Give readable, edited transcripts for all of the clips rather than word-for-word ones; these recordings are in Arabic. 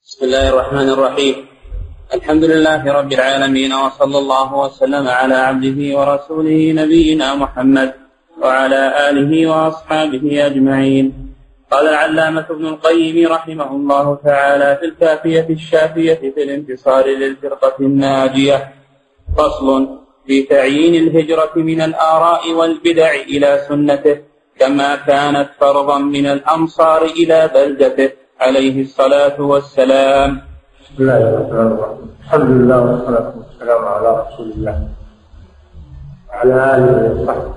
بسم الله الرحمن الرحيم. الحمد لله رب العالمين، وصلى الله وسلم على عبده ورسوله نبينا محمد وعلى آله وأصحابه أجمعين. قال العلامة ابن القيم رحمه الله تعالى في الكافية الشافية في الانتصار للفرقة الناجية: فصل في تعيين الهجرة من الآراء والبدع إلى سنته، كما كانت فرضا من الأمصار إلى بلدته عليه الصلاة والسلام. بسم الله الرحمن الرحيم. الحمد لله والصلاة والسلام على رسول الله وعلى آله وصحبه.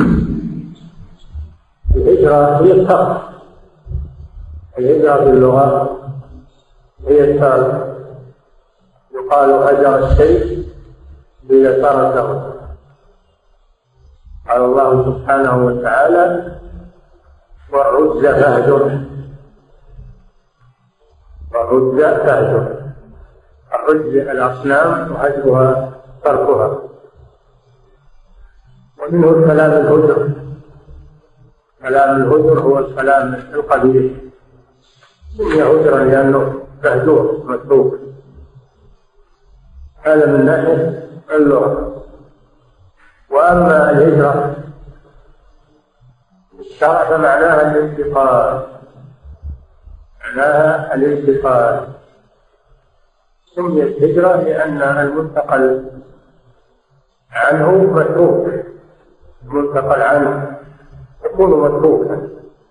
الهجرة هي الترك. الهجرة في اللغة هي الترك. يقال هجر الشيء إذا تركه. قال الله سبحانه وتعالى: والرجز فاهجر. والرجز فاهجر. الرجز الأصنام وهجرها تركها. ومنه الكلام الهجر. كلام الهجر هو الكلام القبيح، سمي هجرا لأنه مهجور متروك. هذا من ناحية اللغة. وأما الهجرة الشرع فمعناها الانتقال. معناها الانتقال. سميت هجرة لأن المنتقل عنه متروك. المنتقل عنه يكون متروكا.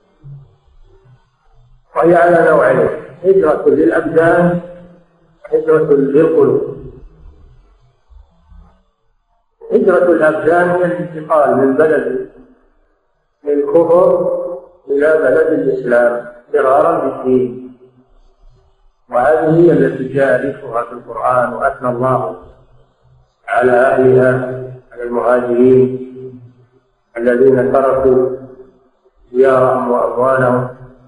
وهي على نوعين: هجرة للأبدان وهجرة للقلوب. هجرة الأبدان هي الانتقال من بلد الكفر إلى بلد الإسلام فرارا بالدين، وهذه هي التي جاء ذكرها في القرآن: وأثنى الله على أهلها، على المهاجرين الذين تركوا ديارهم وأموالهم.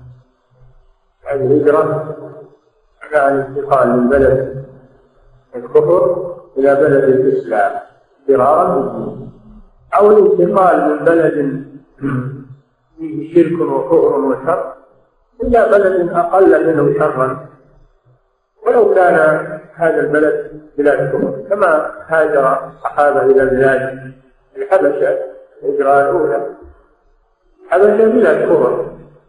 الهجرة معناها الانتقال من بلد الكفر إلى بلد الإسلام فرارا بالدين، أو الانتقال من بلد فيه شرك وكفر وشر إلى بلد أقل منه شرا، ولو كان هذا البلد بلاد كفر، كما هاجر الصحابة إلى بلاد الحبشة. الهجرة الأولى الحبشة بلاد كفر،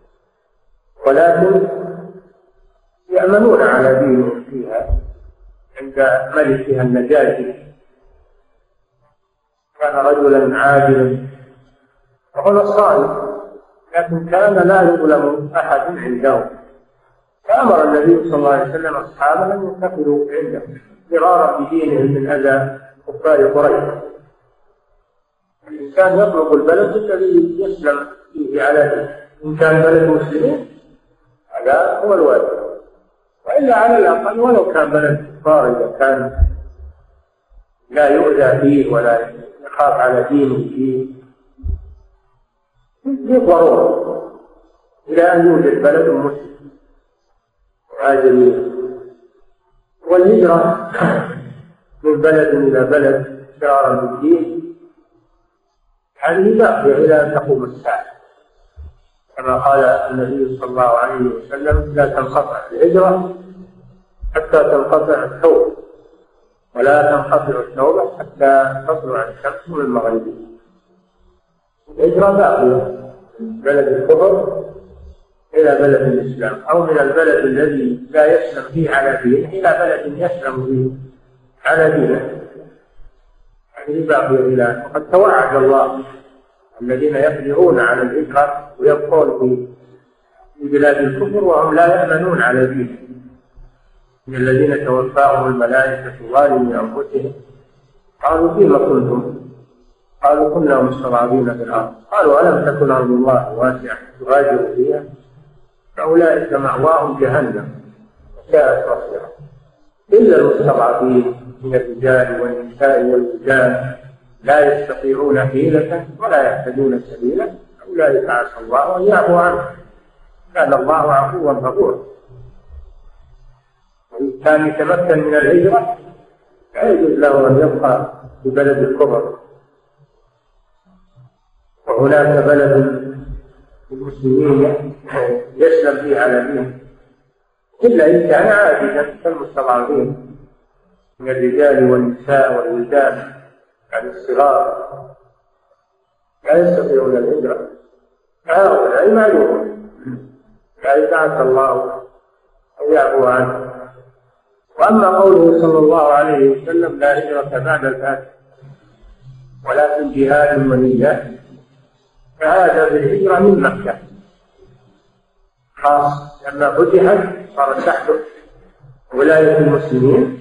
ولكن يأمنون على دينهم فيها عند ملكها النجاشي. كان رجلا عادلا وهو نصراني، لكن كان لا يظلم أحد عنده، فأمر النبي صلى الله عليه وسلم أصحابه أن ينتقلوا عنده فرارا بدينهم من أذى كفار قريش. الإنسان يطلب البلد الذي يسلم فيه على دينه. إن كان بلد مسلمين هذا هو الواجب، وإلا على الأقل ولو كان بلد كفار، إذا كان لا يؤذى فيه ولا يخاف على دينه فيه بالضرورة، إلى أن يوجد بلد مسلم مهاجرين. والهجرة من بلد إلى بلد فرارا بالدين هذه باقية إلى أن تقوم الساعة، كما قال النبي صلى الله عليه وسلم: لا تنقطع الهجرة حتى تنقطع التوبة، ولا تنقطع التوبة حتى تطلع الشمس من المغرب. الهجرة باقية من بلد الكفر إلى بلد الإسلام، أو من البلد الذي لا يسلم فيه على دينه إلى بلد يسلم فيه على دينه. هذه باقية إلى. وقد توعد الله الذين يقدرون على الهجرة ويبقون في بلاد الكفر وهم لا يأمنون على دينهم، من الذين توفاهم الملائكة ظالمي أنفسهم قالوا: فيما كنتم؟ قالوا: كنا مستضعفين في الأرض. قالوا: ألم تكن أرض الله واسعة تهاجروا فيها؟ فأولئك مأواهم جهنم وساءت مصيرا، إلا المستضعفين من الرجال والنساء والولدان لا يستطيعون حيلة ولا يهتدون سبيلا، أولئك عسى الله أن يعفو عنهم، كان الله عفوا غفورا. وإن كان يتمكن من الهجرة لا يجوز له أن يبقى في بلد الكفر، وهناك بلد المسلمين يسلم فيه على دينه. إلا إن كان عاجزا كالمستضعفين من الرجال والنساء والولدان يعني الصغار لا يستطيعون الهجرة، هؤلاء معلومون لا يتعدى الله أن يعفو عنه. وأما قوله صلى الله عليه وسلم لا هجرة بعد الفتح ولكن جهاد ونية، فهذا بالهجرة من مكة خاص، لما فتحت صارت تحت ولاية المسلمين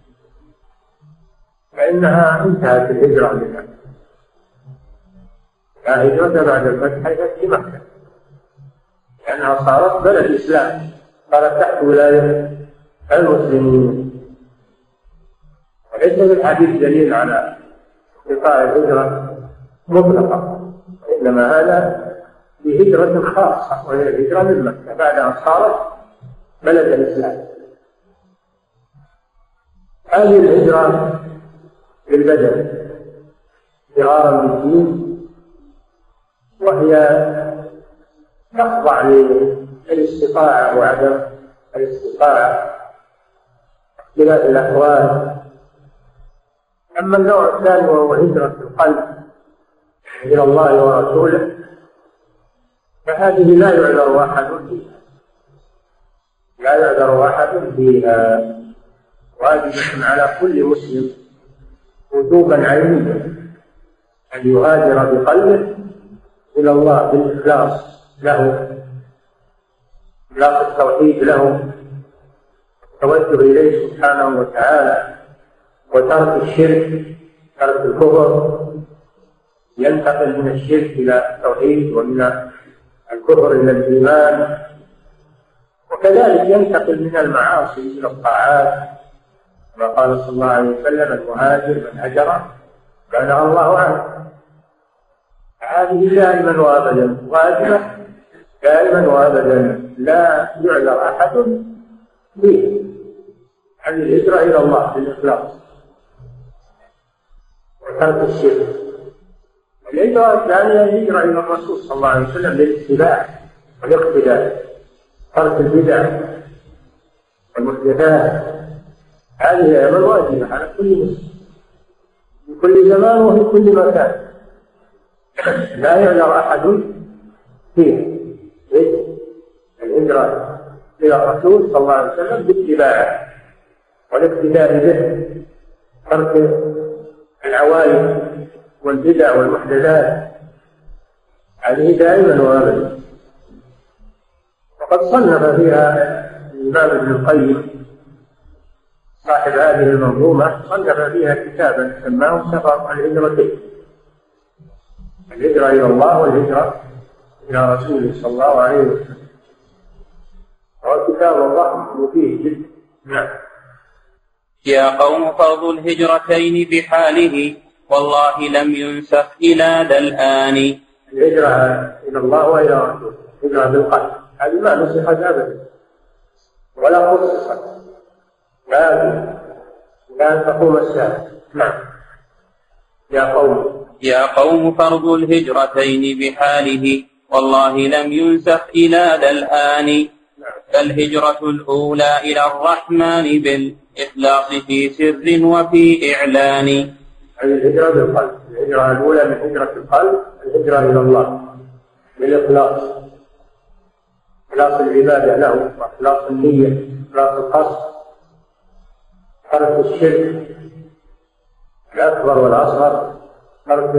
فإنها انتهت الهجرة منها. لا هجرة بعد الفتح في مكة لأنها صارت بلد إسلام، صارت تحت ولاية المسلمين. وليس في الحديث دليل على انقطاع الهجرة مطلقة، إنما هذا بهجرة خاصة وهي الهجرة من مكة بعد أن صارت بلد الإسلام. هذه الهجرة للبدن فرارا بالدين، وهي تخضع للاستطاعة وعدم الاستطاعة اختلاف الأحوال. أما النوع الثاني وهو هجرة القلب إلى الله ورسوله فهذه لا يعذر أحد فيها، لا يعذر أحد فيها، واجبة على كل مسلم وجوبا عينيا أن يهاجر بقلبه إلى الله بالإخلاص له، إخلاص التوحيد له، التوجه إليه سبحانه وتعالى، وترك الشرك، ترك الكفر، ينتقل من الشرك إلى التوحيد ومن الكفر إلى الإيمان، وكذلك ينتقل من المعاصي إلى الطاعات، كما قال صلى الله عليه وسلم المهاجر من هجر كان الله عنه. هذه دائما وابدا واجبة دائما وابدا، لا يعذر احد فيه. هذه الهجرة الى الله بالاخلاص وترك الشرك. الهجرة الثانية الهجرة الى الرسول صلى الله عليه وسلم بالاتباع والاقتداء، ترك البدع والمحدثات. هذه ايضا واجبة على كل مسلم في كل زمان وفي كل مكان، لا يعذر أحد فيه. الهجرة إلى الرسول صلى الله عليه وسلم باتباعه والاقتداء به، ترك العوائد والبدع والمحدثات، هذه دائما وابدا. وقد صنف فيها الإمام ابن القيم صاحب هذه المنظومة، صنف فيها كتابا سماه سفر الهجرتين، الهجرة إلى الله والهجرة إلى رسوله صلى الله عليه وسلم، وهو كتاب الله مفيد جدا. نعم. يا قوم فرض الهجرتين بحاله والله لم ينسخ إلى ذا الآن. الهجرة إلى الله وإلى رسوله، هجرة بالقلب، هذه ما نسخت أبدا ولا خصصت، لا تقوم الساعة. نعم. يا قوم فرض الهجرتين بحاله والله لم ينسخ إلى ذا الآن. فالهجرة الأولى إلى الرحمن بالإخلاص في سر وفي إعلان. أي الهجرة بالقلب، الهجرة الأولى من هجرة القلب الهجرة إلى الله بالإخلاص، إخلاص العبادة له وإخلاص النية، إخلاص القصد، ترك الشرك الأكبر والأصغر، ترك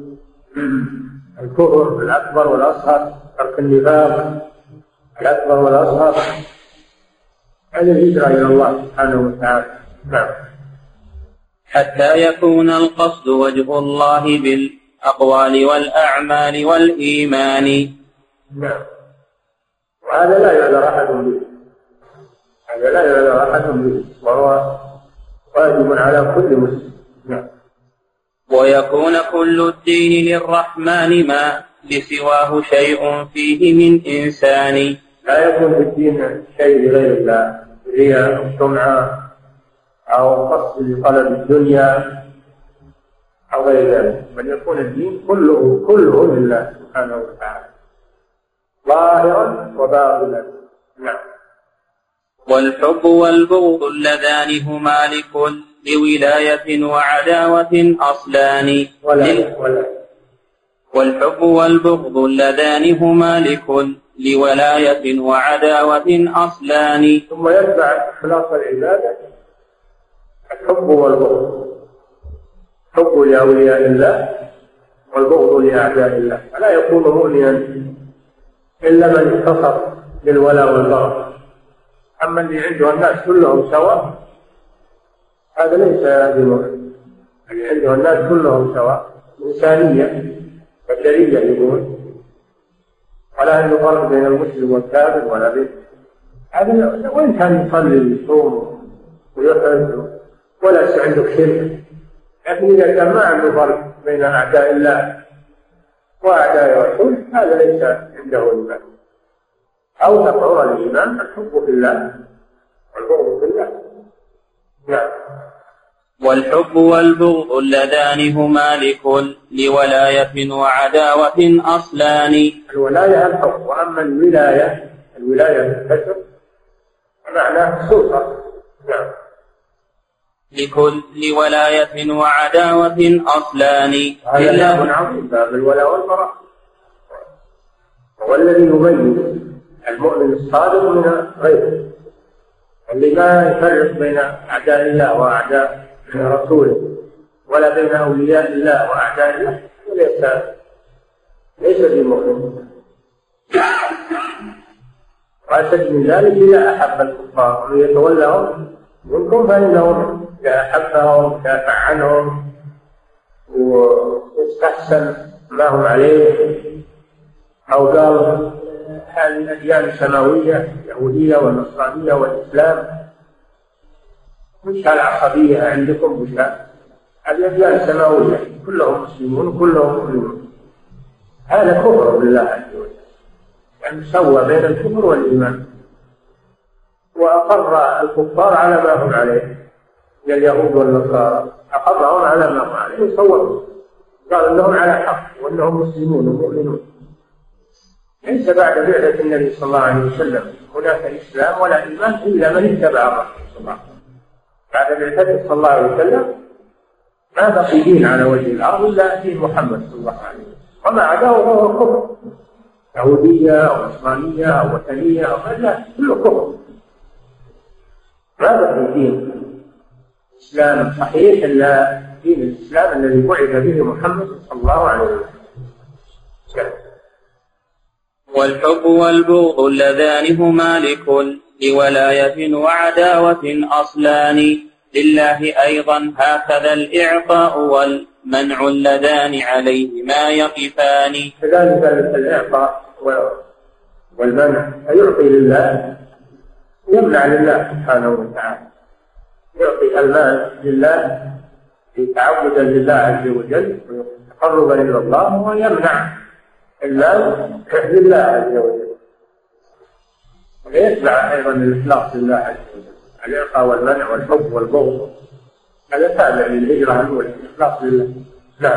الكفر الأكبر والأصغر، ترك النفاق الأكبر والأصغر. هذه الهجرة إلى الله سبحانه وتعالى. نعم. حتى يكون القصد وجه الله بالأقوال والأعمال والإيمان. نعم. وهذا لا يعذر أحد به، هذا لا يعذر أحد به، وهو واجب على كل مسلم. نعم. ويكون كل الدين للرحمن ما لسواه شيء فيه من إنسان. لا يكون في الدين شيء لغير الله، رياء أو سمعة أو قصد لطلب الدنيا أو غير ذلك، بل يكون الدين كله لله سبحانه وتعالى ظاهرا وباطنا. نعم. والحب والبغض اللذان هما لكل ولاية وعداوة أصلان. والحب والبغض اللذان هما لكل ولاية وعداوة أصلان. ثم يتبع خلاص العبادة الحب والبغض، حب لأولياء الله والبغض لأعداء الله. فلا يكون مؤمنا إلا من اتصف بالولاء والبراء. أما اللي عنده الناس كلهم سواء هذا ليس بمؤمن. اللي عنده الناس كلهم سواء إنسانية بشرية يقول، ولا عنده فرق بين المسلم والكافر ولا بين هذا. وين كان يصلي ويصوم ويحج ولا عنده شرك، لكن إذا كان ما عنده فرق بين أعداء الله وأعداء الرسول هذا ليس عنده إيمان. أو تقرر الإيمان الحب في الله والبغض في الله. نعم. والحب والبغض اللذان هما لكل ولاية وعداوة أصلان. الولاية الحب، وأما الولاية بالكسر معناه سلطة. نعم. لكل ولاية وعداوة أصلان. هذا باب عظيم، باب الولاء والبراء، هو الذي يميز المؤمن الصادق من غيره، اللي ما يفرق بين أعداء الله وأعداء رسوله ولا بين أولياء الله وأعداء الله ليس بمؤمن. وأشد من ذلك إذا أحب الكفار ويتولهم منكم فإنهم إذا أحبهم دافع عنهم واستحسن ما هم عليه، أو قال هذه الأديان السماوية اليهودية والنصرانية والإسلام مش العصبية عندكم، مش هذه أديان سماوية كلهم مسلمون كلهم مؤمنون. هذا كفر بالله عز وجل، يعني سوى بين الكفر والإيمان، وأقر الكفار على ما هم عليه من اليهود والنصارى، أقرهم على ما هم عليه وصوروا، قال أنهم على حق وأنهم مسلمون ومؤمنون. ليس بعد بعثة النبي صلى الله عليه وسلم هناك إسلام ولا إيمان إلا من اتبع الرسول صلى الله عليه وسلم. بعد بعثته صلى الله عليه وسلم ما بقي دين على وجه الأرض إلا دين محمد صلى الله عليه وسلم، وما عداه فهو كفر، يهودية أو نصرانية أو وثنية أو غيرها كله كفر. ما بقي دين إسلام صحيح إلا دين الإسلام الذي بعث به محمد صلى الله عليه وسلم. والحب والبغض اللذان هما لكل ولاية وعداوة أصلان. لله أيضا هكذا الإعطاء والمنع اللذان عليهما يقفان. كذلك الإعطاء والمنع يعطي لله يمنع لله سبحانه وتعالى، يعطي المال لله تعبدا لله عز وجل وتقربا إلى الله، ويمنع المال لله عز وجل، ويتبع أيضا الإخلاص لله عز وجل. الإعطاء والمنع والحب والبغض هذا تابع للهجرة الأولى، الإخلاص لله. نعم.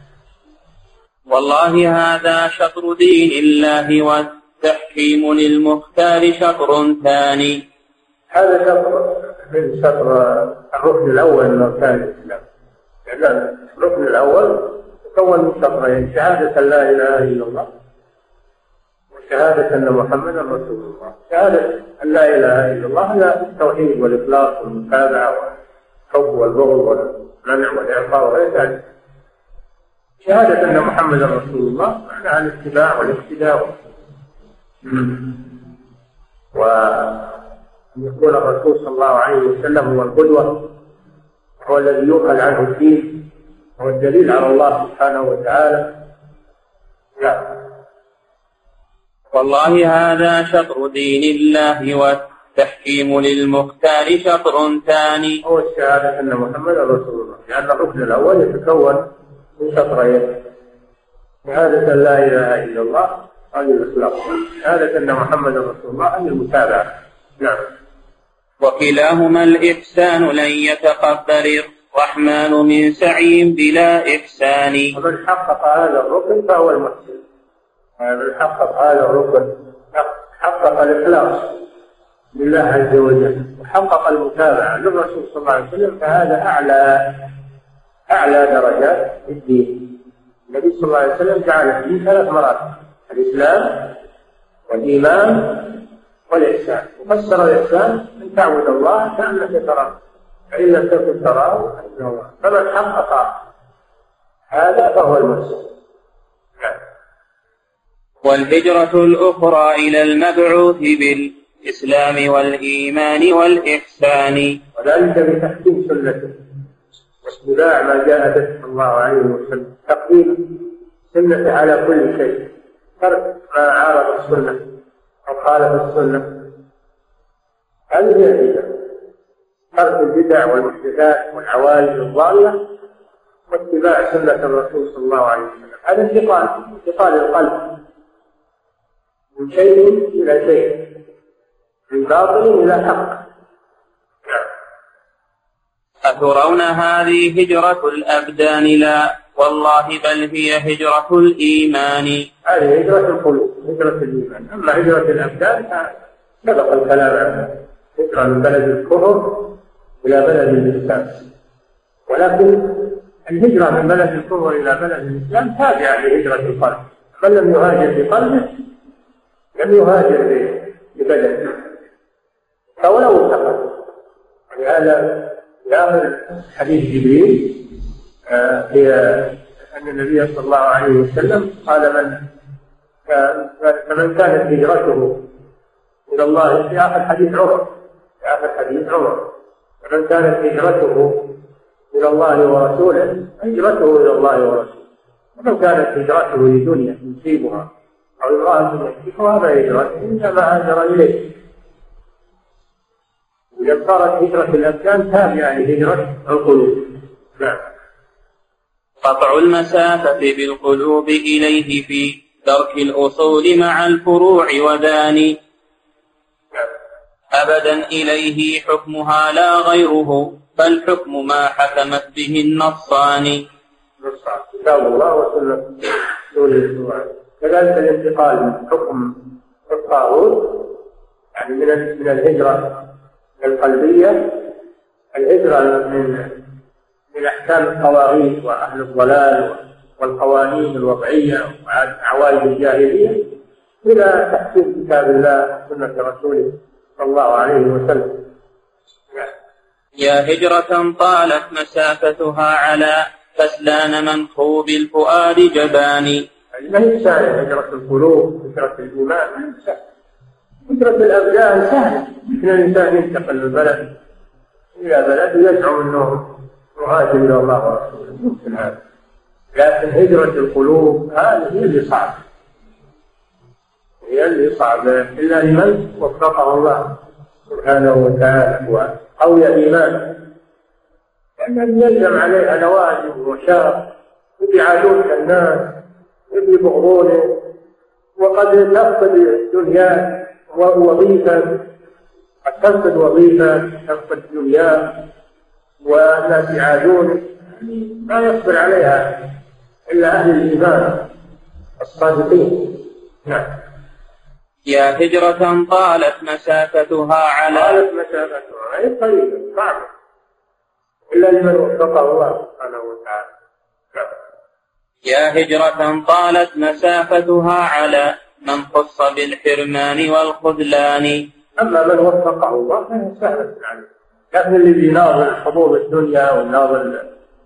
والله هذا شطر دين الله والتحكيم للمختار شطر ثاني. هذا شطر من شطر الركن الأول من أركان الإسلام، لأن الركن الأول يتكون من شطرين: شهادة لا إله إلا الله وشهادة أن محمدا رسول الله. شهادة أن لا إله إلا الله هي التوحيد والإخلاص والمتابعة والحب والبغض والمنع والإعطاء وغير ذلك. شهادة أن محمدا رسول الله معناها الاتباع والاقتداء، وأن يكون الرسول صلى الله عليه وسلم هو القدوة، هو الذي يؤخذ عنه الدين، هو الدليل على الله سبحانه وتعالى. لا. والله هذا شطر دين الله والتحكيم للمختار شطر ثاني. هو الشهادة أن محمدا رسول الله، لأن الركن الأول يتكون من شطرين: شهادة لا إله إلا الله هذه الإخلاص، شهادة أن محمدا رسول الله هذه المتابعة. نعم. وكلاهما الإحسان لن يتقبل الرحمن من سعي بلا إحسان. ومن حقق هذا الركن فهو المحسن. من حقق هذا الركن حقق الإخلاص لله عز وجل وحقق المتابعة للرسول صلى الله عليه وسلم، فهذا أعلى درجات الدين. النبي صلى الله عليه وسلم جعل الدين 3 مراتب: الإسلام والإيمان والإحسان. وفسر الإحسان أن تعبد الله كأنك تراه فإن لم تكن تراه فإنه الله. فمن حقق هذا فهو المحسن. والهجرة الأخرى إلى المبعوث بالإسلام والإيمان والإحسان، وذلك بتحكيم سنته واتباع ما جاء به صلى الله عليه وسلم، تقديم سنته على كل شيء، ترك ما عارض السنة أو خالف السنة. هذه هي الهجرة، ترك البدع والمحدثات والعوائد الضالة واتباع سنة الرسول صلى الله عليه وسلم. هذا انتقال القلب من شيء إلى شيء، من باطل إلى حق. أترون هذه هجرة الأبدان؟ لا والله بل هي هجرة الإيمان. هذه هجرة القلوب، هجرة الإيمان. أما هجرة الأبدان سبق الكلام عنها، هجرة من بلد الكفر إلى بلد الإسلام. ولكن الهجرة من بلد الكفر إلى بلد الإسلام تابعة لهجرة القلب. من لم يهاجر بقلبه لم يهاجر ببدنه، فولو انتقل. ولهذا جاء حديث جبريل هي أن النبي صلى الله عليه وسلم قال: فمن كانت هجرته إلى الله، في آخر حديث عمر، فمن كانت هجرته إلى الله ورسوله هجرته إلى الله ورسوله، ومن كانت هجرته لدنيا يصيبها أو امرأة يمسكها فهجرته إنما هاجر إليه. إذا صارت هجرة الأبدان تابعة لهجرة القلوب. نعم. قطع المسافة بالقلوب إليه في ترك الأصول مع الفروع وداني، أبدا إليه حكمها لا غيره، فالحكم ما حكمت به النصان. كتاب الله وسنة رسوله. كذلك الانتقال من حكم الطاغوت، يعني من الهجرة القلبية، الهجرة من أحكام الطواغيت وأهل الضلال والقوانين الوضعية وعوائد الجاهلية إلى تحكيم كتاب الله وسنة رسوله صلى الله عليه وسلم. يا هجرة طالت مسافتها على فسلان منخوب الفؤاد جباني. ما هي سهلة هجرة القلوب، هجرة الإيمان ما هي سهلة. هجرة الأبدان سهلة، إن الإنسان ينتقل من بلد إلى بلد يدعو أنه مهاجر إلى الله ورسوله، ممكن هذا. لكن هجرة القلوب هذه هي اللي صعب، إلا لمن وفقه الله سبحانه وتعالى وقوي إيمان، لأنه يلزم عليها لوازم وشاق، يبعدون الناس، يبغضونه، وقد تفقد الدنيا ووظيفة، قد تفقد وظيفة، تفقد دنيا، والناس يعادون، ما يصبر عليها إلا أهل الإيمان الصادقين. نعم. يا هجرة طالت مسافتها على أي طريقة صعبة إلا لمن وفقه الله سبحانه وتعالى. يا هجرة طالت مسافتها على من خص بالحرمان والخذلان. أما من وفقه الله فهي سهلة عليه، لكن اللي يناظر حظوظ الدنيا والناظر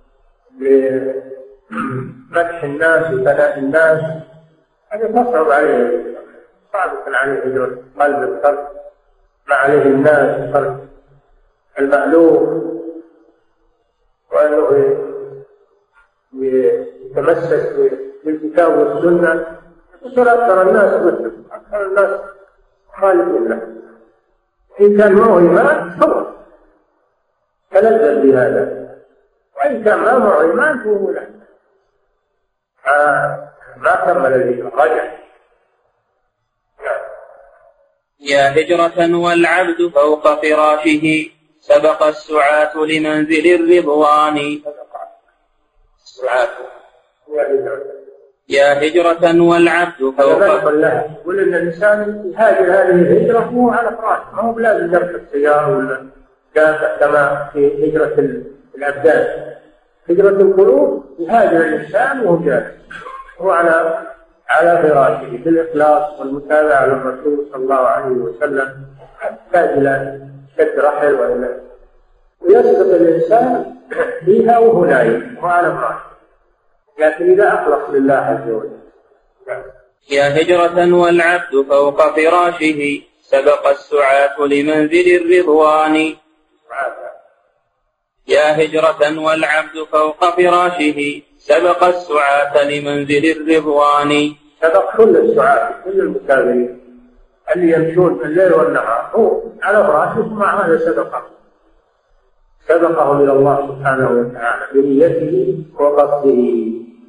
لمدح الناس وثناء الناس هذا تصعب عليه، صعبة عليه هجرة قلب الترك ما عليه الناس، ترك المألوف، وأنه يتمسك بالكتاب والسنة. أكثر الناس مثل أكثر الناس خالفين له، إن كان معه إيمان هو تلذذ بهذا، وإن كان ما معه إيمان فهو له ما كمل الهجرة، رجع. يا هجرة والعبد فوق فراشه سبق السعاة لمنزل الرضوان. يا هجرة والعبد فوق. يقول إن الإنسان يهاجر هذه الهجرة وهو على فراشه، ما هو بلازم يركب سيارة ولا دابة كما في هجرة الأبدان. هجرة القلوب يهاجر الإنسان وهو جالس، هو على فراشه بالإخلاص والمتابعة للرسول صلى الله عليه وسلم، يحتاج إلى شد رحل وإلى ويسبق الإنسان فيها وهو نايم وعلى فراشه، لكن إذا أخلص لله عز وجل. يا هجرة والعبد فوق فراشه سبق السعاة لمنزل الرضوان. يا هجرة والعبد فوق فراشه سبق السعاة لمنزل الرضوان. سبق كل السعاة، كل المسافرين اللي يمشون في الليل والنهار هو على فراشه، مع هذا سبقهم إلى الله سبحانه وتعالى بنيته وقصده.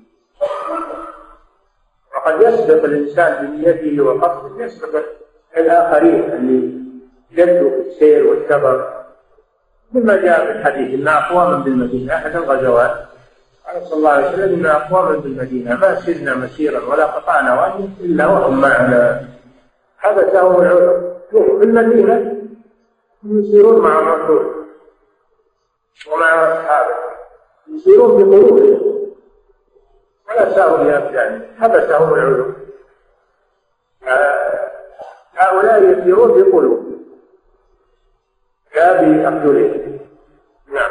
وقد يسبق الإنسان بنيته وقصده يسبق الآخرين اللي جدوا في السير والسفر، مما جاء في الحديث إن أقواما بالمدينة أحد الغزوات قال صلى الله عليه وسلم إن أقواما بالمدينة ما سرنا مسيرا ولا قطعنا واديا إلا وهم معنا حبسهم العذر. في المدينة يسيرون مع الرسول ومع أصحابه، يسيرون بقلوبهم ولا ساروا بأبدانهم، حبسهم العذر. هؤلاء يسيرون بقلوبهم لا بأرجلهم. نعم.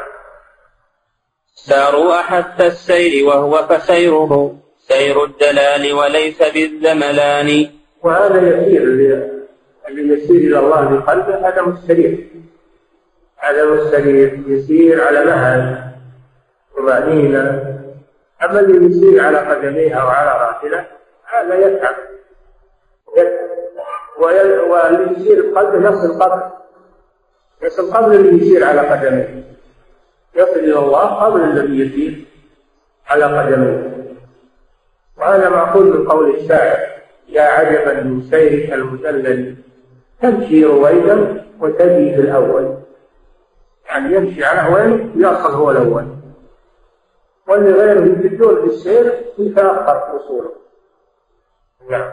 ساروا أحث السير وهو فسيره سير الدلال وليس بالزملان. وهذا يسير اللي يسير إلى الله بقلبه، هذا مستريح، هذا مستريح يسير على مهل طمأنينة. أما اللي يسير على قدميه أو على راحلة هذا يتعب، واللي يسير بقلبه يصل قبل اللي يسير على قدميه، يصل إلى الله قبل الذي يسير على قدميه. وهذا معقول من قول الشاعر يا عجبا من سيرك المدلل تمشي رويدا وتجي في الأول، يعني يمشي على وين يصل هو الأول، واللي غيره يجدون في السير يتأخر وصوله. نعم.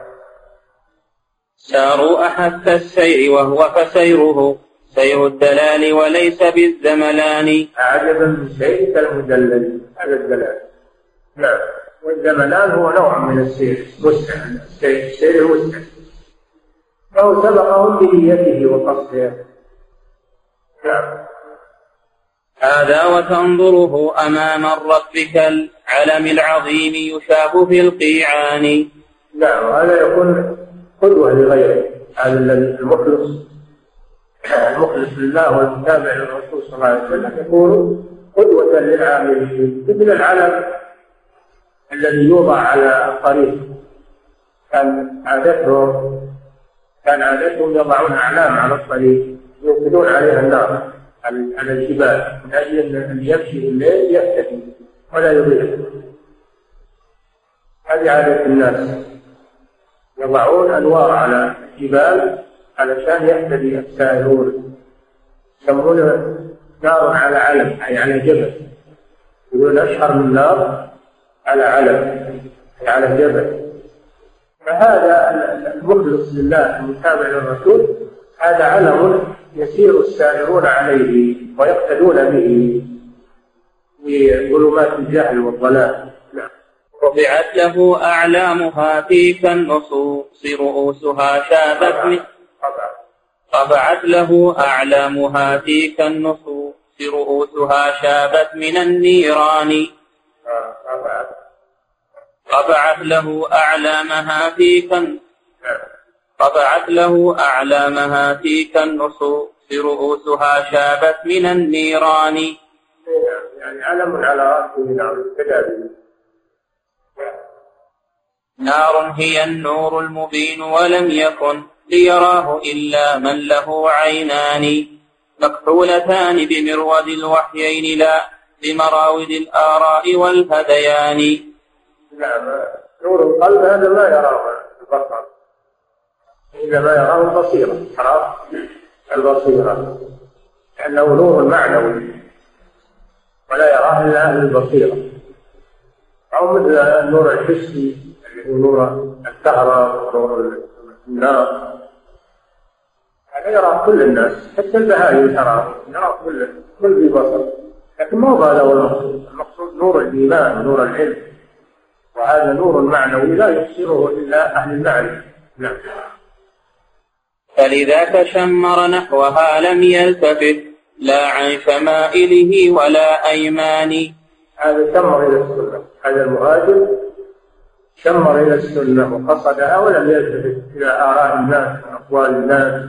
ساروا أحث السير وهو فسيره سير الدلال وليس بالزملان. عجبا من سيرك المدلل، هذا الدلال. نعم. والزملان هو نوع من السير مسع، السير المسع، فهو سبقهم بنيته وقصده. نعم. هذا وتنظره أمام الرب كالعلم العظيم يشاب في القيعان. نعم. وهذا يكون قدوة لغيره، هذا المخلص لله والمتابع للرسول صلى الله عليه وسلم يكون قدوة للعاملين، مثل العلم الذي يوضع على الطريق. كان عادتهم يضعون أعلام على الطريق يوقدون عليها النار على الجبال من أجل أن يمشي الليل يهتدي ولا يضيع. هذه عادة الناس، يضعون أنوار على الجبال علشان يهتدي السائرون، يسمونه نار على علم، أي على جبل، يقولون أشهر من نار على علم، أي على جبل. فهذا المخلص لله المتابع للرسول هذا علم يسير السائرون عليه ويقتدون به في ظلمات الجهل والضلال. نعم. رفعت له أعلامها فيك النصوص رؤوسها شابت رفعت له أعلامها فيك النصوص رؤوسها شابت من النيران. رفعت له أعلامها فيك النصوص رؤوسها شابت من النيران. يعني علم على رأسه. نعم. نار هي النور المبين ولم يكن ليراه إلا من له عينان مكحولتان بمرود الوحيين لا بمراود الآراء والهذيان. نعم. نور القلب هذا ما يراه البصر، إنما يراه البصيرة، حرام البصيرة، لأنه نور معنوي ولا يراه إلا أهل البصيرة، أو مثل النور الحسي ونور الكهرباء ونور النار، هذا يرى كل الناس، حتى البهائم يرى كل ذي بصر، لكن ما هو هذا هو المقصود. المقصود نور الإيمان ونور العلم، وهذا نور معنوي لا يبصره إلا أهل المعرفة. نعم. فلذا تشمر نحوها لم يلتفت لا عن شمائله ولا أيمان. هذا شمر إلى السنة، هذا المهاجر شمر إلى السنة وقصدها ولم يلتفت إلى آراء الناس وأقوال الناس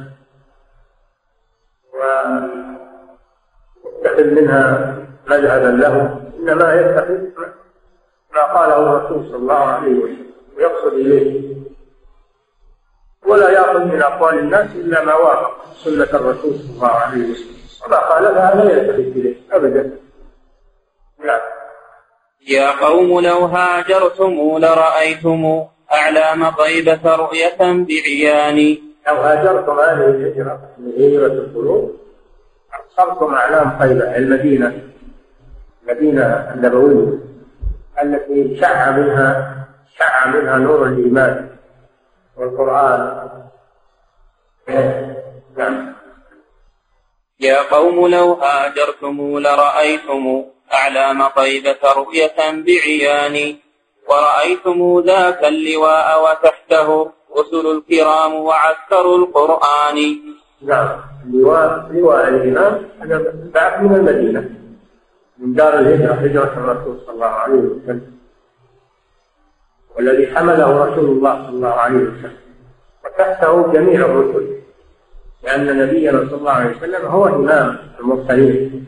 ويتخذ منها مذهبا له، إنما يتخذ ما قاله الرسول صلى الله عليه وسلم ويقصد إليه، ولا يأخذ من أقوال الناس إلا ما وافق سنة الرسول صلى الله عليه وسلم، وما خالفها لا يلتفت إليه أبدا. نعم. يا قوم لو هاجرتم لرأيتم أعلام طيبة رؤية بعيان. لو هاجرتم هذه الهجرة من هجرة القلوب أبصرتم أعلام طيبة، المدينة النبوية التي شع منها نور الإيمان والقرآن. نعم. يا قوم لو هاجرتم لرأيتم أعلام طيبة رؤية بعيان، ورأيتم ذاك اللواء وتحته رسل الكرام وعسكر القرآن. نعم. لواء الإمام هذا بعث من المدينة، من دار الهجرة، هجرة الرسول صلى الله عليه وسلم، والذي حمله رسول الله صلى الله عليه وسلم، وتحته جميع الرسل، لأن نبينا صلى الله عليه وسلم هو إمام المرسلين،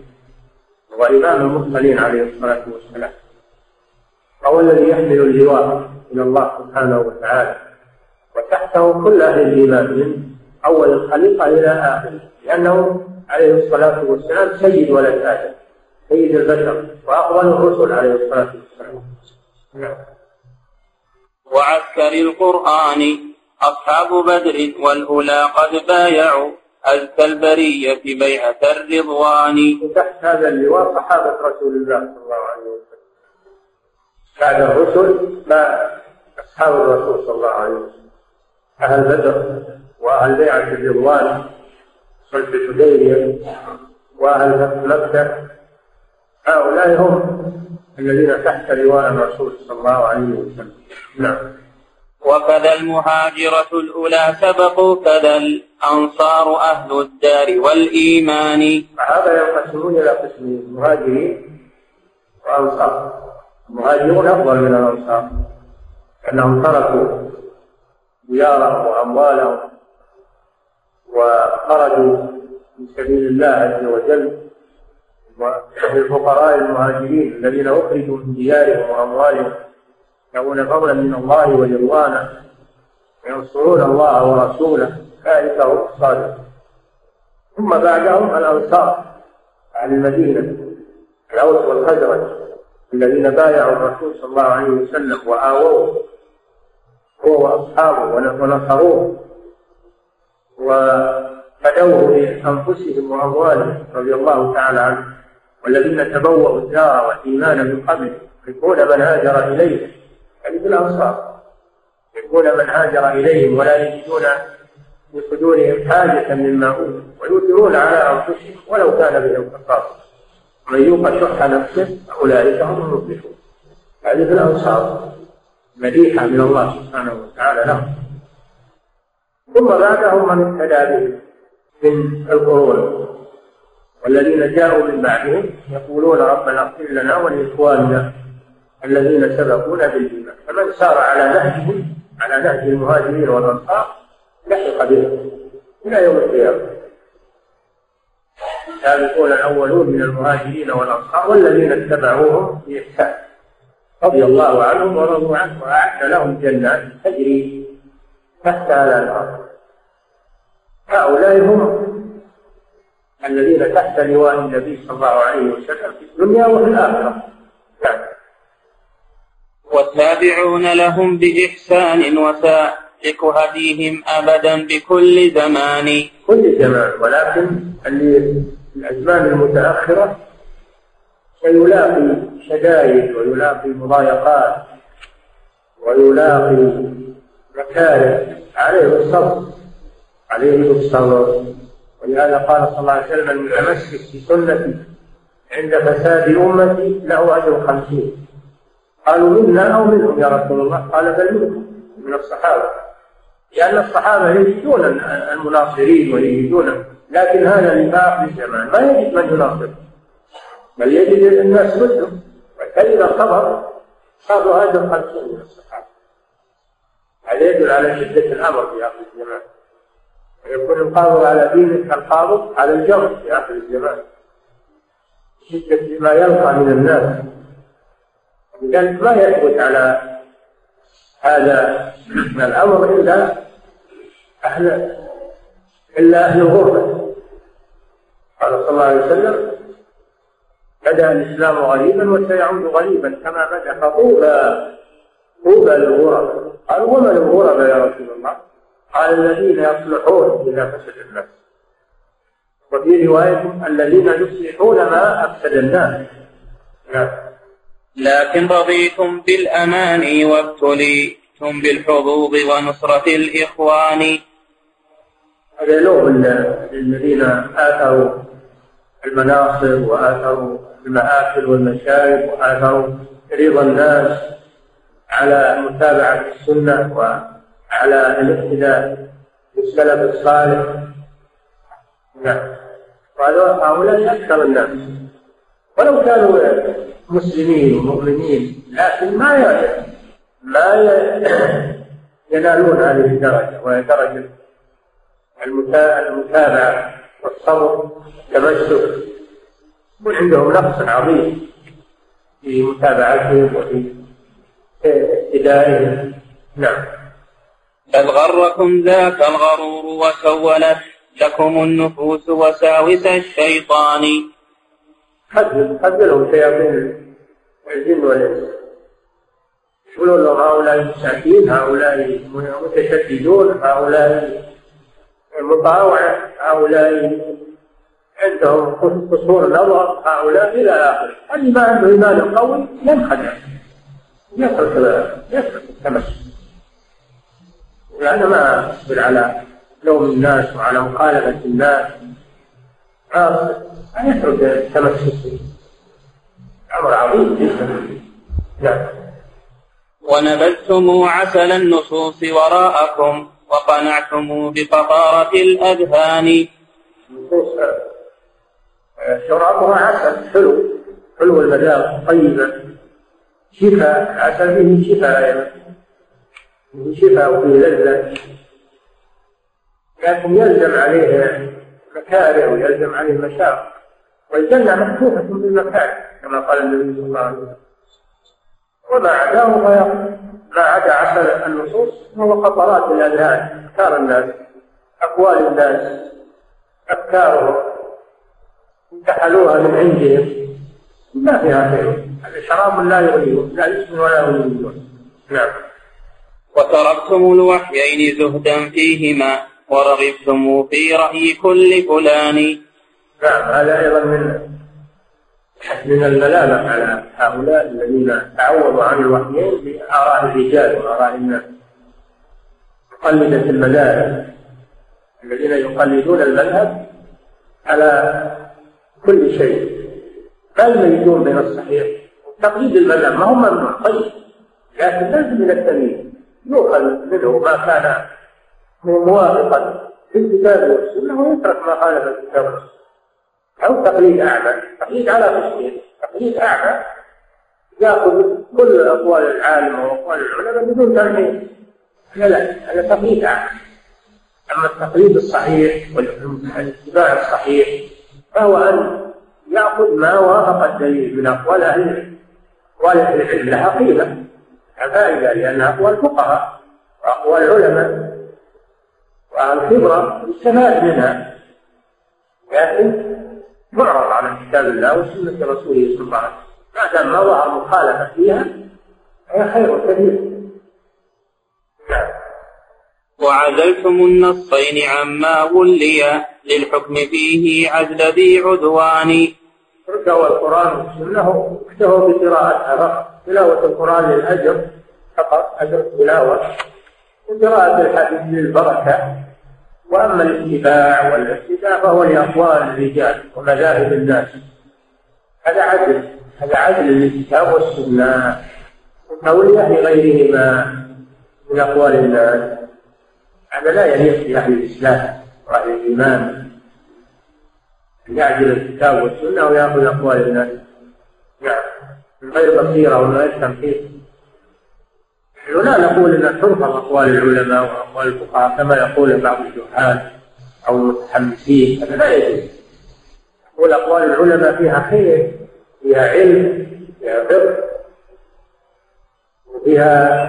عليه الصلاة والسلام، هو الذي يحمل اللواء إلى الله سبحانه وتعالى، وتحته كل أهل الإيمان من أول الخليقة إلى آخره، لأنه عليه الصلاة والسلام سيد ولد آدم، سيد البشر وأفضل الرسل عليه الصلاة والسلام. وعسكر القرآن أصحاب بدر والأولى قد بايعوا أزكى البرية بيعة الرضوان. وتحت هذا اللواء صحابة رسول الله صلى الله عليه وسلم، بعد الرسل أصحاب الرسول صلى الله عليه وسلم، أهل بدر وأهل بيعة الرضوان صلح الحديبية وأهل مكة، هؤلاء هم الذين تحت لواء الرسول صلى الله عليه وسلم. نعم. وكذا المهاجرة الأولى سبقوا كذا الأنصار أهل الدار والإيمان. هذا ينقسمون إلى قسمين: مهاجرين وأنصار. المهاجرون أفضل من الأنصار، أنهم تركوا ديارهم وأموالهم وخرجوا في سبيل الله عز وجل، والفقراء المهاجرين الذين أخرجوا من ديارهم وأموالهم يبغون فضلا من الله ورضوانه وينصرون الله ورسوله، أولئك هم الصادقون. ثم بعدهم الأنصار أهل المدينة، الأوس والخزرج، الذين بايعوا الرسول صلى الله عليه وسلم وآووه هو وأصحابه ونصروه وفدوه بأنفسهم وأموالهم رضي الله تعالى عنه، والذين تبوأوا الدار والإيمان من قبل يحبون من هاجر إليهم، يعني بالأنصار يحبون من هاجر إليهم ولا يجدون في صدورهم حاجة مما أوتوا ويؤثرون على أنفسهم ولو كان بهم خصاصة، من يوق شح نفسه أولئك هم المفلحون. هذه بالأنصار مديحة من الله سبحانه وتعالى لهم. ثم بعدهم من اهتدى بهم من القرون، والذين جاءوا من بعدهم يقولون ربنا اغفر لنا ولإخواننا الذين سبقونا بالإيمان، فمن سار على نهجهم على نهج المهاجرين والأنصار لحق بهم إلى يوم القيامة. السابقون الأولون من المهاجرين والأنصار والذين اتبعوهم بإحسان رضي الله عنهم ورضوا عنه وأعد لهم جنات تجري تحتها الأنهار. هؤلاء هم الذين تحت لواء النبي صلى الله عليه وسلم في الدنيا وفي الآخرة. والتابعون لهم بإحسان وسائق هديهم أبدا بكل زمان. كل زمان، ولكن الأزمان المتأخرة سيلاقي شدائد ويلاقي مضايقات ويلاقي مكاره عليه الصبر. ولهذا قال صلى الله عليه وسلم: المتمسك بسنتي عند فساد أمتي له أجر 50. قالوا: منا أو منهم يا رسول الله؟ قال: بل منهم، من الصحابة، لأن الصحابة يجدون المناصرين ويجدون، لكن هذا لآخر الزمان ما يجد من يناصر، بل يجد الناس ضدهم، فإذا صبر صاروا أجر 50 من الصحابة. هذا يدل على شدة الأمر في آخر الزمان، ويكون القابض على دينه كالقابض على الجمر في آخر الزمان، شدة ما يلقى من الناس. لذلك ما يثبت على هذا الأمر إلا أهل الغربة. قال صلى الله عليه وسلم: بدأ الإسلام غريبا وسيعود غريبا كما بدأ، فطوبى للغرباء. قالوا: ومن الغرباء يا رسول الله؟ قال: الذين يصلحون إذا فسد الناس، وفي رواية: الذين يصلحون ما أفسد الناس. لكن رضيتم بالأمان وابتليتم بالحظوظ ونصرة الإخوان. هذا لوم الذين آثروا المناصب وآثروا المآكل والمشارب وآثروا رضا الناس على متابعة السنة وعلى الاقتداء بالسلف الصالح. هؤلاء أكثر الناس، ولو كانوا مسلمين ومؤمنين، لكن ما ينالون هذه الدرجة، وهي درجة المتابعة والصبر والتمسك. يكون عندهم نقص عظيم في متابعتهم وفي اقتدائهم. نعم. بل غركم ذاك الغرور وسولت لكم النفوس وساوس الشيطان. خذلهم شياطين الجن والإنس، يقولون لهم: هؤلاء مساكين، هؤلاء متشددون، هؤلاء مطاوعة، هؤلاء عندهم قصور نظر، هؤلاء إلى آخره. اللي ما عنده إيمان قوي ينخدع، يترك التمسك، لأنه ما يصبر على لوم الناس وعلى مخالفة الناس، يترك التمسك. أمر عظيم جدا. نعم. ونبذتم عسل النصوص وراءكم وقنعتم بفطارة الأذهان. النصوص شرابها عسل حلو المذاق، طيبة، شفاء. عسل به شفاء، به شفاء وفيه لذة، لكن يلزم عليه مكاره ويلزم عليه مشاق، والجنة مفتوحة بالمكاره كما قال النبي صلى الله عليه وسلم. وما عداه ما عدا عسل النصوص هو قطرات الأذهان، أفكار الناس، أقوال الناس، أفكارهم انتحلوها من عندهم، ما فيها خير. هذا شراب لا يغنيهم، لا يسمن ولا يغنيهم. نعم. وتركتم الوحيين زهدا فيهما ورغبتم في رأي كل فلان. نعم. هذا أيضا من الملامة على هؤلاء الذين تعوضوا عن الوحيين بآراء الرجال وآراء الناس، مقلدة المذاهب، الذين يقلدون المذهب على كل شيء، لا يميزون بين الصحيح تقليد المذهب. ما هم ممنوع، طيب، لكن لازم من التمييز، يؤخذ منه ما كان موافقا في الكتاب والسنة ويترك ما خالف الكتاب والسنة. أو تقليد أعمى، تقليد على تشريع، تقليد أعمى يأخذ كل أقوال العالم وأقوال العلماء بدون تمييز. لا، هذا تقليد أعمى. أما التقليد الصحيح والاتباع الصحيح فهو أن يأخذ ما وافق الدليل من أقوال أهل العلم، لها قيمة فائدة، لأنها أقوال فقهاء وأقوال علماء وأهل خبرة يستفاد منها، لكن معرض على كتاب الله وسنة رسوله صلى الله عليه وسلم، ما دام ما ظهر مخالفة فيها هي خير كثير. وعزلتم النصين عما ولي للحكم فيه عزل ذي عدوان. ارجعوا القرآن والسنة اكتفوا بقراءتها فقط. تلاوة القرآن للأجر فقط أجر التلاوة، وقراءة الحديث للبركة. وأما الاتباع والاقتداء فهو لأقوال الرجال ومذاهب الناس، هذا عدل للكتاب والسنة، وتولية لغيرهما من أقوال الناس. هذا لا يليق بأهل الإسلام وأهل الإيمان أن يعدل الكتاب والسنة ويأخذ أقوال الناس من غير بصيرة ومن غير تمحيص. نحن لا نقول أن ترفض أقوال العلماء وأقوال الفقهاء كما يقول بعض الجهال أو المتحمسين، هذا لا يجوز. نقول أقوال العلماء فيها خير، فيها علم، فيها فقه، وفيها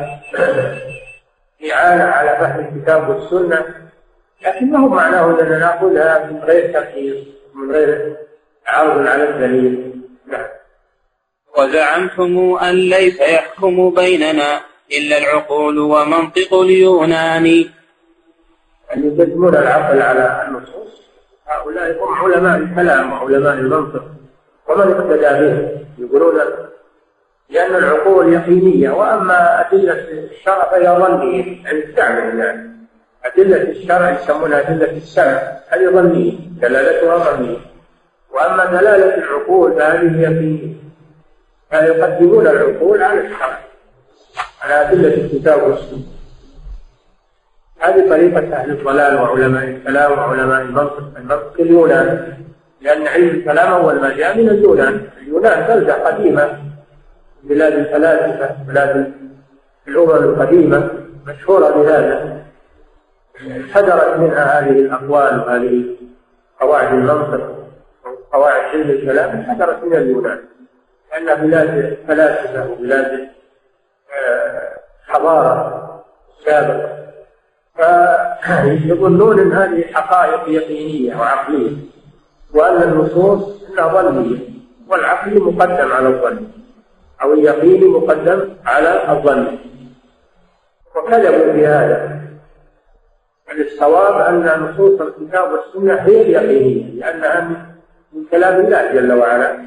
إعانة على فهم الكتاب والسنة، لكن ما هو معناه أننا نأخذها من غير تمحيص من غير عرض على الدليل. نعم. وزعمتم أن ليس يحكم بيننا إلا العقول ومنطق اليوناني. يعني يقدمون العقل على النصوص، هؤلاء هم علماء الكلام وعلماء المنطق ومن اقتدى بهم، يقولون لأن العقول يقينية، وأما أدلة الشرع فهي ظنية. يعني تعمل الناس أدلة الشرع يسمونها أدلة السمع، هذه ظنية دلالتها ظنية، وأما دلالة العقول فهذه يقينية، فيقدمون العقول على الشرع على أدلة الكتاب والسنة. هذه طريقة أهل الضلال وعلماء الكلام وعلماء المنطق اليونان، لأن علم الكلام أول ما جاء من اليونان. اليونان بلدة قديمة، بلاد الفلاسفة، بلاد الأمم القديمة مشهورة بهذا، حدرت منها هذه الأقوال وهذه قواعد المنطق وقواعد علم الكلام، حدرت من اليونان، لأنها بلاد الفلاسفة وبلاد حضارة سابقة، فيظنون أن هذه حقائق يقينية وعقلية، وأن النصوص إنها ظنية، والعقل مقدم على الظن، أو اليقين مقدم على الظن، وكذبوا في هذا. الصواب أن نصوص الكتاب والسنة هي اليقينية، لأنها من كلام الله جل وعلا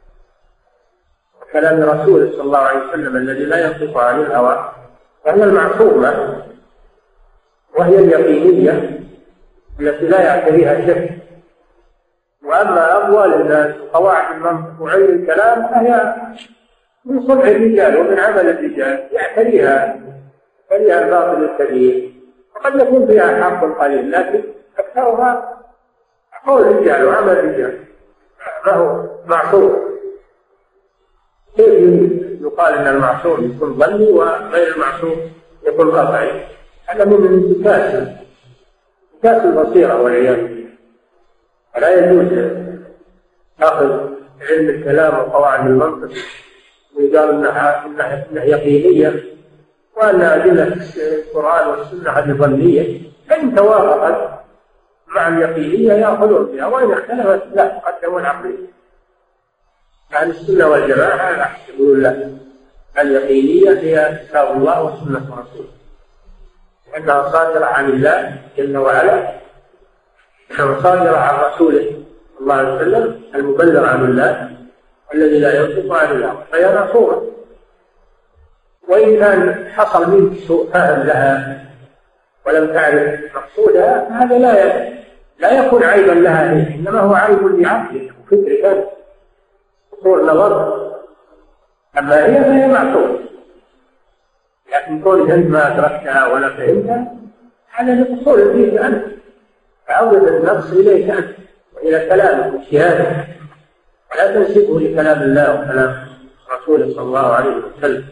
وكلام رسوله صلى الله عليه وسلم الذي لا ينطق عن الهوى، فهي المعصومة وهي اليقينية التي لا يعتريها شك. وأما أقوال الناس وقواعد المنطق وعلم الكلام فهي من صنع الرجال ومن عمل الرجال، يعتريها الباطل الكبير، وقد يكون فيها حق قليل، لكن أكثرها قول الرجال وعمل الرجال، ما هو معصوم. كيف يقال أن المعصوم يكون ظني وغير المعصوم يكون قطعي؟ هذا من انتكاس البصيرة والعياذ بالله. فلا يجوز أخذ علم الكلام وقواعد المنطق ويقال إنها يقينية، وأن أدلة القرآن والسنة هذه ظنية، فإن توافقت مع اليقينية يأخذون بها، وإن اختلفت لا قدموا العقلية. أهل السنة والجماعة لا يقولون لا، اليقينية هي كتاب الله وسنة رسوله، لأنها صادرة عن الله جل وعلا، صادرة عن رسوله صلى الله عليه وسلم المبلغ عن الله الذي لا ينطق عن الله، فهي معصومة. وإن كان حصل منك سوء فهم لها ولم تعرف مقصودها فهذا لا يكون عيبا لها، إنما هو عيب لعقلك وفكرك وصول نظر. أما هي فهي معصومة، لكن كونك أنت ما أدركتها ولا فهمتها هذا لقصور الدين أنت، فعود النقص إليك أنت وإلى كلامك واجتهادك، ولا تنسبه لكلام الله وكلام رسوله صلى الله عليه وسلم.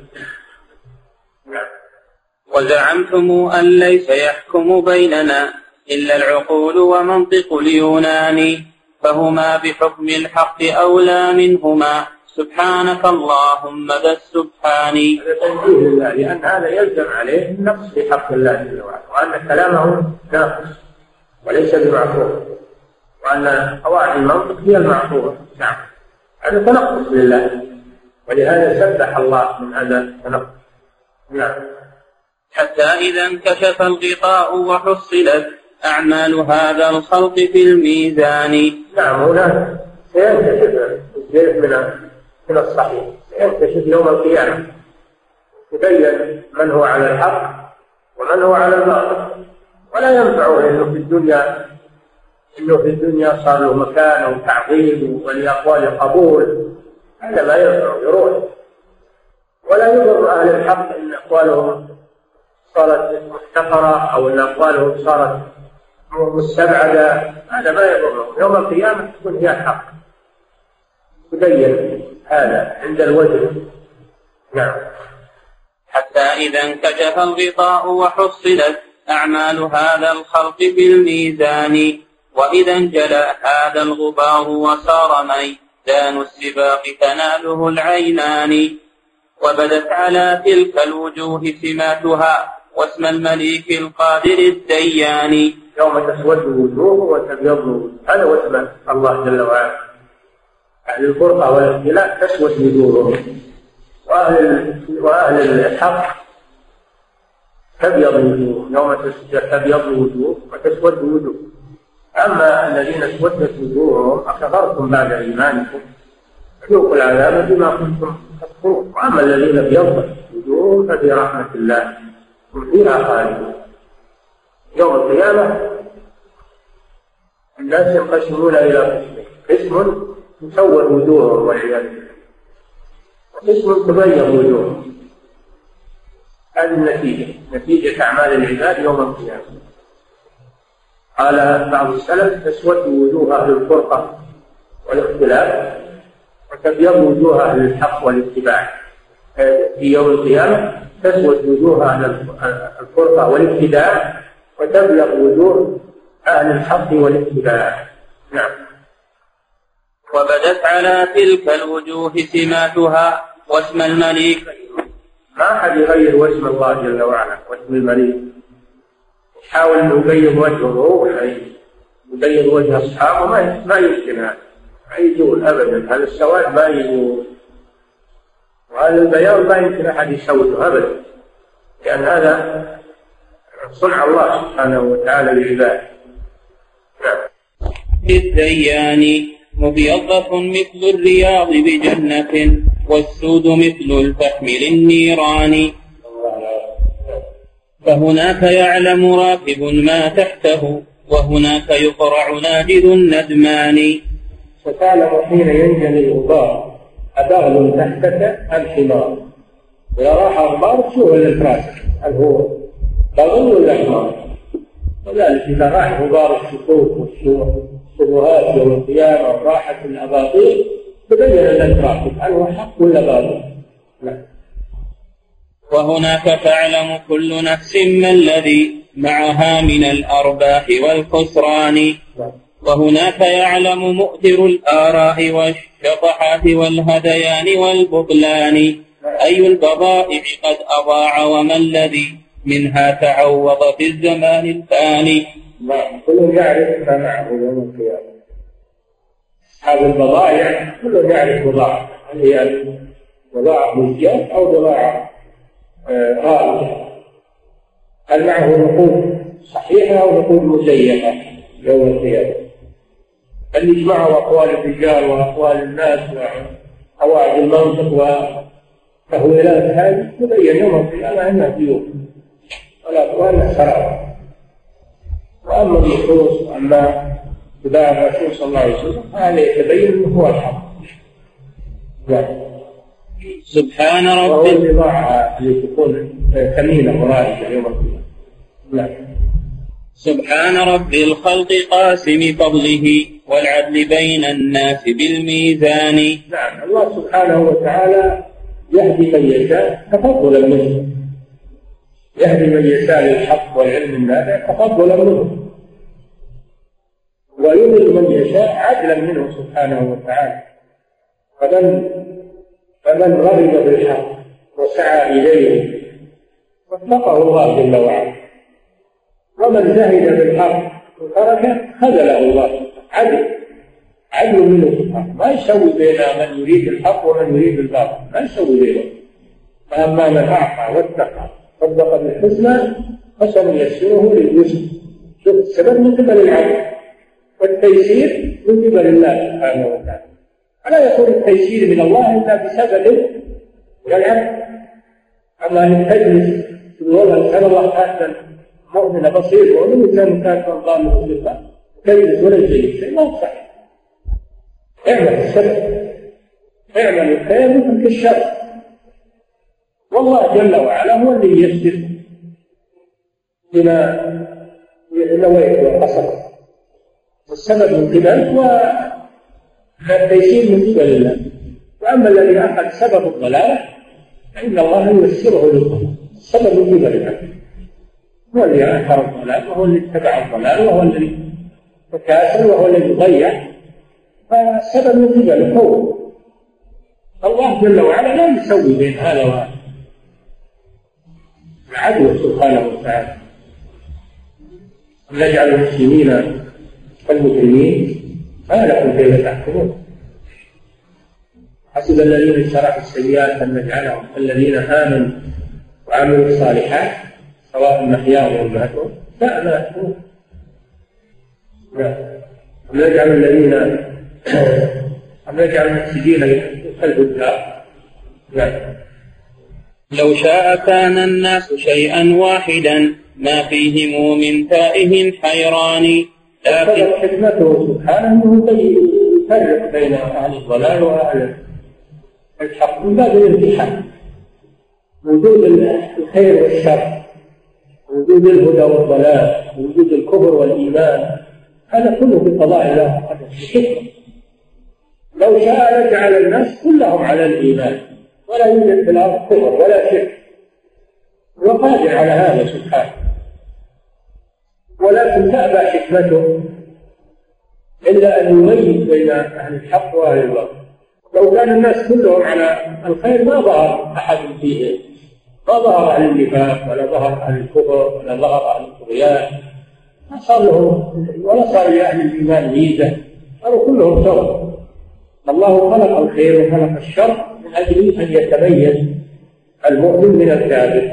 وزعمتم أن ليس يحكم بيننا إلا العقول ومنطق اليوناني، فهما بحكم الحق أولى منهما، سبحانك اللهم ذا السبحان. هذا تنزيه لله، لأن هذا يلزم عليه النقص في حق الله جل وعلا، وأن كلامه ناقص وليس بمعصوم، وأن قواعد المنطق هي المعصومة. نعم، هذا تنقص لله، ولهذا سبح الله من هذا التنقص. نعم. حتى إذا انكشف الغطاء وحصلت أعمال هذا الخلق في الميزان. نعم، هنا سينكشف الزيف من الصحيح، سينكشف يوم القيامة، يبين من هو على الحق ومن هو على الباطل، ولا ينفعه إنه في الدنيا صار له مكان وتعظيم ولأقوال قبول، هذا لا ينفع يروح. ولا يضر أهل الحق إن أقوالهم صارت محتقرة أو إن أقوالهم صارت مستبعدة، هذا ما يضرهم. يوم القيامة تكون هي الحق، تبين هذا عند الوجه. نعم. حتى إذا انكشف الغطاء وحصلت أعمال هذا الخلق بالميزان، وإذا انجلى هذا الغبار وصار ميدان السباق تناله العينان، وبدت على تلك الوجوه سماتها واسم المليك القادر الديان. يوم تسود وجوه وتبيض وجوه، هذا واسم الله جل وعلا. أهل الفرقة والاختلاف تسود وجوههم، وأهل الحق تبيض وجوه. يوم تبيض وجوه وتسود وجوه. أما الذين اسودت وجوههم أكفرتم بعد إيمانكم ذوقوا العذاب بما كنتم تكفرون. وأما الذين ابيضت وجوههم ففي رحمة الله هم فيها خالدون. يوم القيامة الناس ينقسمون إلى قسم تسود وجوههم والعياذ بالله، وقسم تبيض وجوههم. هذه نتيجة أعمال العباد يوم القيامة. قال بعض السلف تسود وجوه أهل الفرقة والاختلاف وتبيض وجوه أهل الحق والاتباع. في يوم القيامة تسود وجوه أهل الفرقة والاتباع وتبيض وجوه أهل الحق والاتباع. نعم. وبدت على تلك الوجوه سماتها واسم المليك. ما أحد يغير واسم الله جل وعلا واسم المليك. يحاول أن يبيض وجهه هو يبيض وجه أصحابه، ما يمكن هذا، ما يجوز أبدا. هذا السواد ما يجوز، وهذا البياض ما يمكن أحد يسوده أبدا، لأن هذا صنع الله سبحانه وتعالى للعباد. الديان مبيضة مثل الرياض بجنة، والسود مثل الفحم للنيران، فهناك يعلم راكب ما تحته، وهناك يقرع ناجذ الندمان. فتعلم حين ينجلي الغبار أبغل تحتك أم حمار. إذا راح الغبار شو اللي راسك، هل هو بغل ولا حمار؟ وذلك إذا راح غبار الشكوك والشبهات يوم القيامة وراحة الأباطيل تبين أن راسك هل هو حق ولا باطل. لا. وهناك تعلم كل نفس ما الذي معها من الأرباح والخسران، وهناك يعلم مؤثر الآراء والشطحات والهذيان والبطلان، أي البضائع قد أضاع وما الذي منها تعوض في الزمان الفاني. كل يعرف ما معه يوم القيامة. أصحاب البضائع كل يعرف بضاعة، هل هي بضاعة مزجاة أو بضاعة غالية، هل معه نقود صحيحة أو نقود مزيفة يوم القيامة. اللي يجمعه أقوال الرجال وأقوال الناس وقواعد المنطق وتهويلات هذه تبين يوم القيامة أنها ديون والأقوال سراب. وأما النصوص وأما اتباع الرسول صلى الله عليه وسلم هذا يتبين أنه هو الحق. سبحان رب البضاعة اللي تكون ثمينة ورائجة يوم القيامة. سبحان رب الخلق قاسم فضله والعدل بين الناس بالميزان. نعم، الله سبحانه وتعالى يهدي من يشاء تفضلا منه، يهدي من يشاء للحق والعلم النافع تفضلا منه، ويضل من يشاء عدلا منه سبحانه وتعالى. فمن رغب بالحق وسعى إليه وفقه الله جل وعلا، ومن زهد بالحق وتركه خذله الله. عدل منه سبحانه، ما يسوي بين من يريد الحق ومن يريد الباطل، ما يسوي بينهم. فأما من أعطى واتقى صدق بالحسنى فسنيسره لليسر. شوف السبب من قبل العدل والتيسير من قبل الله سبحانه وتعالى. فلا يكون التيسير من الله إلا بسبب من العدل. أما أن تجلس تقول والله كان الله كافا مؤمن بصير مؤمن كان كافا ضال بالله تجلس ولا يجلس شيء ما هو صحيح. اعمل السبب، اعمل الخير مثل الشر، والله جل وعلا هو اللي ييسر بما نويت وقصدت، والسبب من قبلك والتيسير من قبل الله. وأما الذي أخذ سبب الضلالة فإن الله ييسره للضلال، السبب من قبل الله، هو اللي أنكر الضلال وهو اللي اتبع الضلال وهو الذي تكاسل وهو الذي ضيع، فالسبب من قبله هو. الله جل وعلا لا يسوي بين هذا وهذا، العدل سبحانه وتعالى. نجعل المسلمين كالمجرمين ما لكم كيف تحكمون. حسب الذين اجترحوا السيئات أن نجعلهم كالذين آمنوا وعملوا الصالحات سواء محياهم ومماتهم لا ما يحكمون. نجعل المفسدين كالفجار. لو شاء كان الناس شيئا واحدا ما فيهم من تائه حيران. لكن حكمته سبحانه أنه يفرق بين أهل الضلال وأهل الحق من باب الامتحان، وجود الخير والشر، وجود الهدى والضلال، وجود الكفر والإيمان، هذا كله بقضاء الله وقدره بحكمة. لو شاء لجعل الناس كلهم على الإيمان ولا يوجد في الأرض كفر ولا شرك، هو قادر على هذا سبحانه، ولكن تأبى حكمته إلا أن يميز بين أهل الحق وأهل الباطل. لو كان الناس كلهم على الخير ما ظهر أحد فيه، ما ظهر أهل النفاق ولا ظهر أهل الكفر ولا ظهر أهل الطغيان، ما صار لهم ولا صار لأهل الإيمان ميزة، صاروا كلهم سواء. الله خلق الخير وخلق الشر من أجل أن يتميز المؤمن من الكافر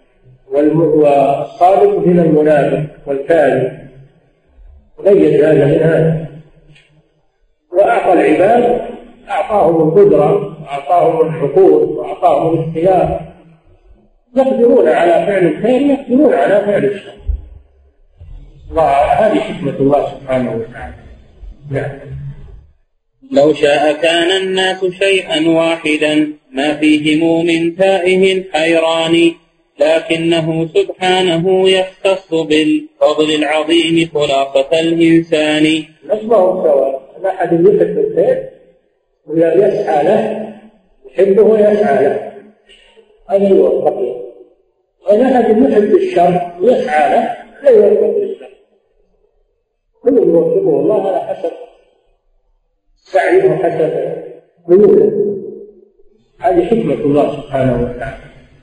والصادق من المنافق والكاذب، ميز هذا من هذا. وأعطى العباد، أعطاهم القدرة وأعطاهم العقول وأعطاهم الاختيار، يقدرون على فعل الخير يقدرون على فعل الشر. هذه حكمة الله سبحانه وتعالى. لو شاء كان الناس شيئا واحدا ما فيهم من تائه حيران، لكنه سبحانه يختص بالفضل العظيم خلاصة الإنسان. نسبهم سواء، أحد يحب الخير ويسعى له، يحبه ويسعى له، هذا يوفق له. وإن أحد يحب الشر ويسعى له لا يوفق للشر، كل يوفقه الله على حسب سعيه وحسب ميوله. هذه حكمة الله سبحانه وتعالى.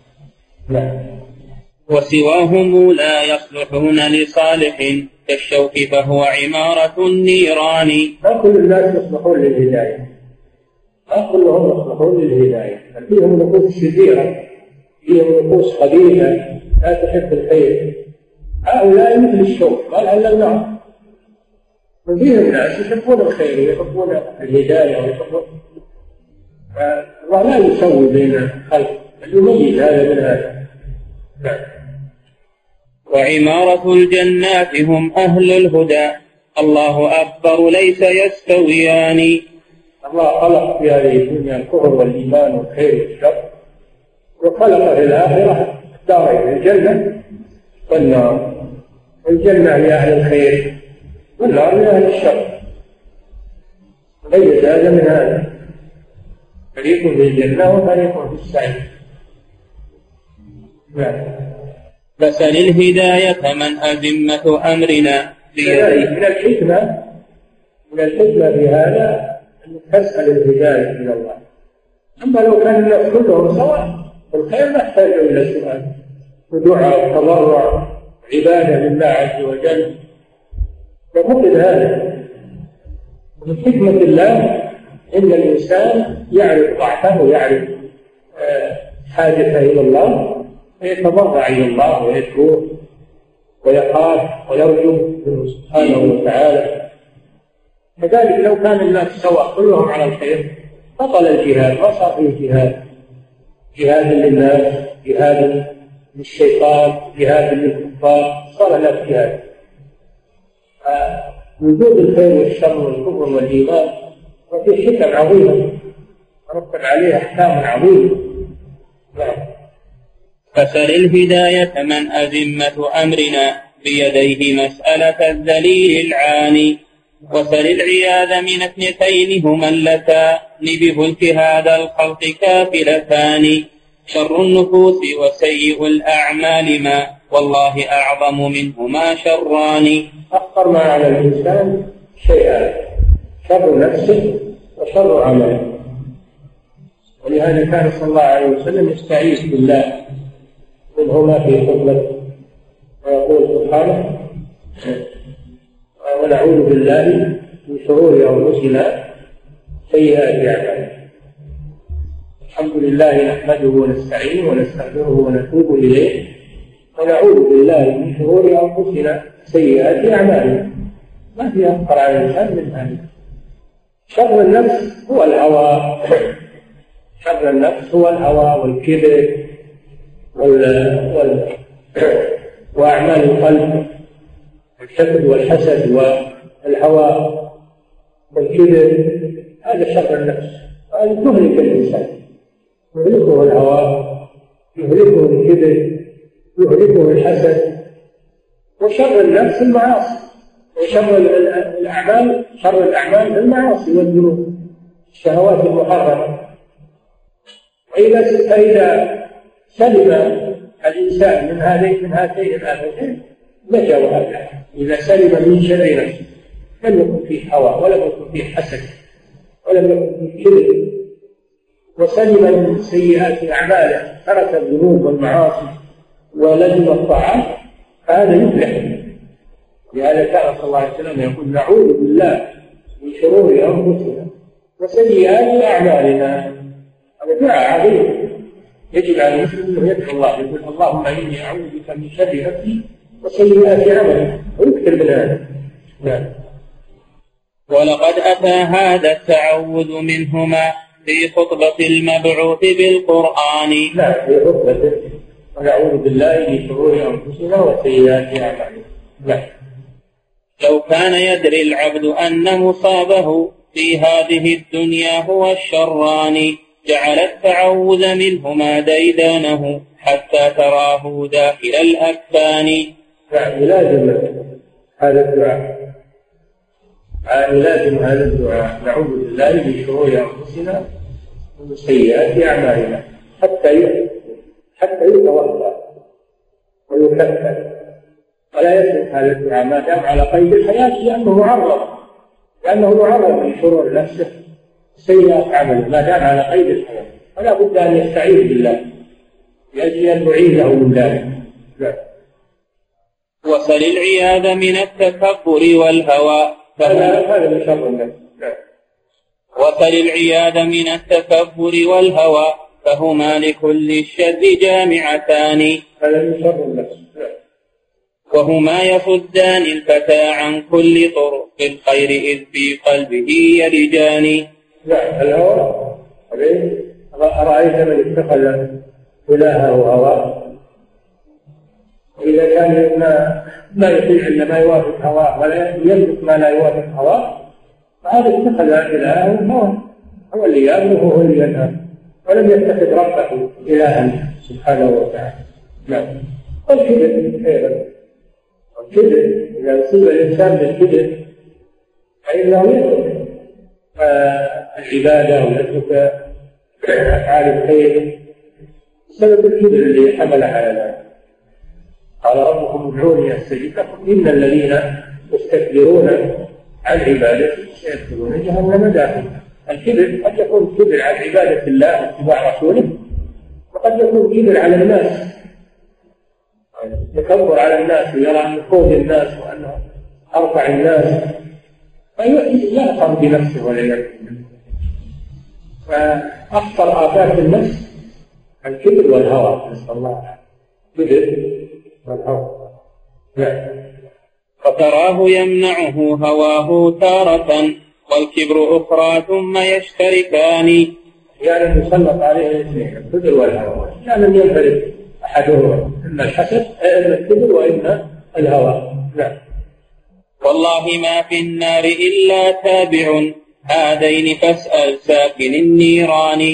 وسواهم لا يصلحون لصالح كالشوك فهو عمارة النيران. ما كل الناس يصلحون للهداية، ما كلهم يصلحون للهداية، بل فيهم نفوس شريرة، فيهم نفوس خبيثة لا تحب الخير. هؤلاء مثل الشوك قال هل النار، وفيهم ناس يحبون الخير ويحبون الهداية ويحبون، ولا يسوي بين الخلق بل يميز هذا من هذا. وعمارة الجنات هم أهل الهدى الله أكبر ليس يستويان. الله خلق في هذه الدنيا الكفر والإيمان والخير والشر، وخلق في الآخرة دارين، الجنة والنار. الجنة لأهل الخير والنار لأهل الشر، ليس هذا من هذا، فريق في الجنة وفريق في السعير. فسل الهداية من أزمة أمرنا. من الحكمة في هذا أن تسأل الهداية من الله. أما لو كان الناس كلهم سواء الخير ما يحتاج إلى سؤال ودعاء وتضرع عبادة لله عز وجل، فقد هذا من حكمة الله إن الإنسان يعرف ضعفه ويعرف حاجته إلى الله ويتضرع إلى الله ويدعوه ويخاف ويرجو منه سبحانه وتعالى. كذلك لو كان الناس سواء كلهم على الخير بطل الجهاد، ما صار فيه جهاد، جهاد للناس، جهاد للشيطان، جهاد للكفار، صار له جهاد. وجود الخير والشر والكفر والإيمان وفي حكم عظيمة رتب عليها أحكام عظيمة. فسل الهداية من أذمة أمرنا بيديه مسألة الذليل العاني، وسل العياذ من اثنتين هما اللتان بفلك هذا الخلق كافلتان، شر النفوس وسيء الأعمال ما والله أعظم منهما شران. أخطر ما على الإنسان شيئان: شر نفسه وشر عمله. ولهذا كان صلى الله عليه وسلم يستعيذ بالله منهما في خطبته ويقول سبحانه: ونعوذ بالله من شرور أنفسنا سيئات أعمالنا. الحمد لله نحمده ونستعينه ونستغفره ونتوب إليه، ونعوذ بالله من شرور أنفسنا سيئات أعمالنا. ما في أخطر على الإنسان من هذا. شر النفس هو الهوى، شر النفس هو الهوى والكبر وأعمال القلب، الحقد والحسد والهوى والكبر. هذا شر النفس، هذا تهلك الإنسان، يهلكه الهوى، يهلكه الكبر، يهلكه الحسد. وشر النفس المعاصي، وشر الأعمال، شر الأعمال المعاصي والذنوب، الشهوات المحرمة. فإذا سلم الإنسان من هاتين الآفتين نجا وأفلح. إذا سلم من شر نفسه لم يكن فيه هوى، ولم يكن فيه حسد، ولم يكن فيه كبر، وسلم من سيئات أعماله، ترك الذنوب والمعاصي ولزم الطاعات، فهذا يفلح. لهذا كان صلى الله عليه وسلم يقول: نعوذ بالله من شرور أنفسنا وسيئات أعمالنا. هذا دعاء عظيم يجب على المسلم أن يدعو الله، يقول: اللهم إني أعوذ بك من شر نفسي وسيئات عملي، ويكثر من هذا. نعم. ولقد أتى هذا التعوذ منهما في خطبة المبعوث بالقرآن. لا، في خطبة ونعوذ بالله من شرور أنفسنا وسيئات أعمالنا. لا. لو كان يدري العبد أن مصابه في هذه الدنيا هو الشران جعل التعوذ منهما ديدانه حتى تراه داخل الأكفان. يعني لازم هذا الدعاء، لازم هذا الدعاء: نعوذ بالله من شرور أنفسنا ومن سيئات أعمالنا، حتى يتوفى ويكفر، ولا يترك هذا الدعاء ما دام على قيد الحياة، لأنه معرض من شرور نفسه سيئات عمله ما دام على قيد الحياة، فلا بد أن يستعيذ بالله لأجل أن نعيذه من ذلك. وسل العياذ من التكبر والهوى، هذا من شر النفس. وسل العياذ من التكبر والهوى فهما لكل الشر جامعتان. هذا من شر النفس. وهما يصدان الفتى عن كل طرق الخير إذ في قلبه يلجان. لا، الهوى أرأيت من اتخذ إلهه هواه، وإذا كان ما يطيع إلا ما يوافق هواه ولا يملك ما لا يوافق هواه، فهذا اتخذ إلهه هواه، هو اللي يأمره وهو اللي ينهى، ولم يتخذ ربه إلها سبحانه وتعالى. نعم. والكبر أيضا، والكبر إذا أصيب الإنسان بالكبر فإنه يترك العبادة ويترك أفعال الخير بسبب الكبر الذي حمل على ذلك. قال ربكم ادعوني أستجب لكم إن الذين يستكبرون عن عبادتي سيدخلون جهنم داخلا. الكبر قد يكون كبر عن عبادة الله واتباع رسوله، وقد يكون كبر على الناس، يتكبر على الناس ويرى أن فوق الناس وأنه أرفع الناس، فيأثر بنفسه والعياذ بالله. فأخطر آفات النفس الكبر والهوى، نسأل الله الكبر والهوى. فتراه يمنعه هواه تارة والكبر أخرى ثم يشتركان، يعني يسلط عليه الاثنين الكبر والهوى، يعني ينفرد أحدهما، إما الحسد إما الكبر وإما الهوى. نعم. والله ما في النار إلا تابع هذين فاسأل ساكن النيران.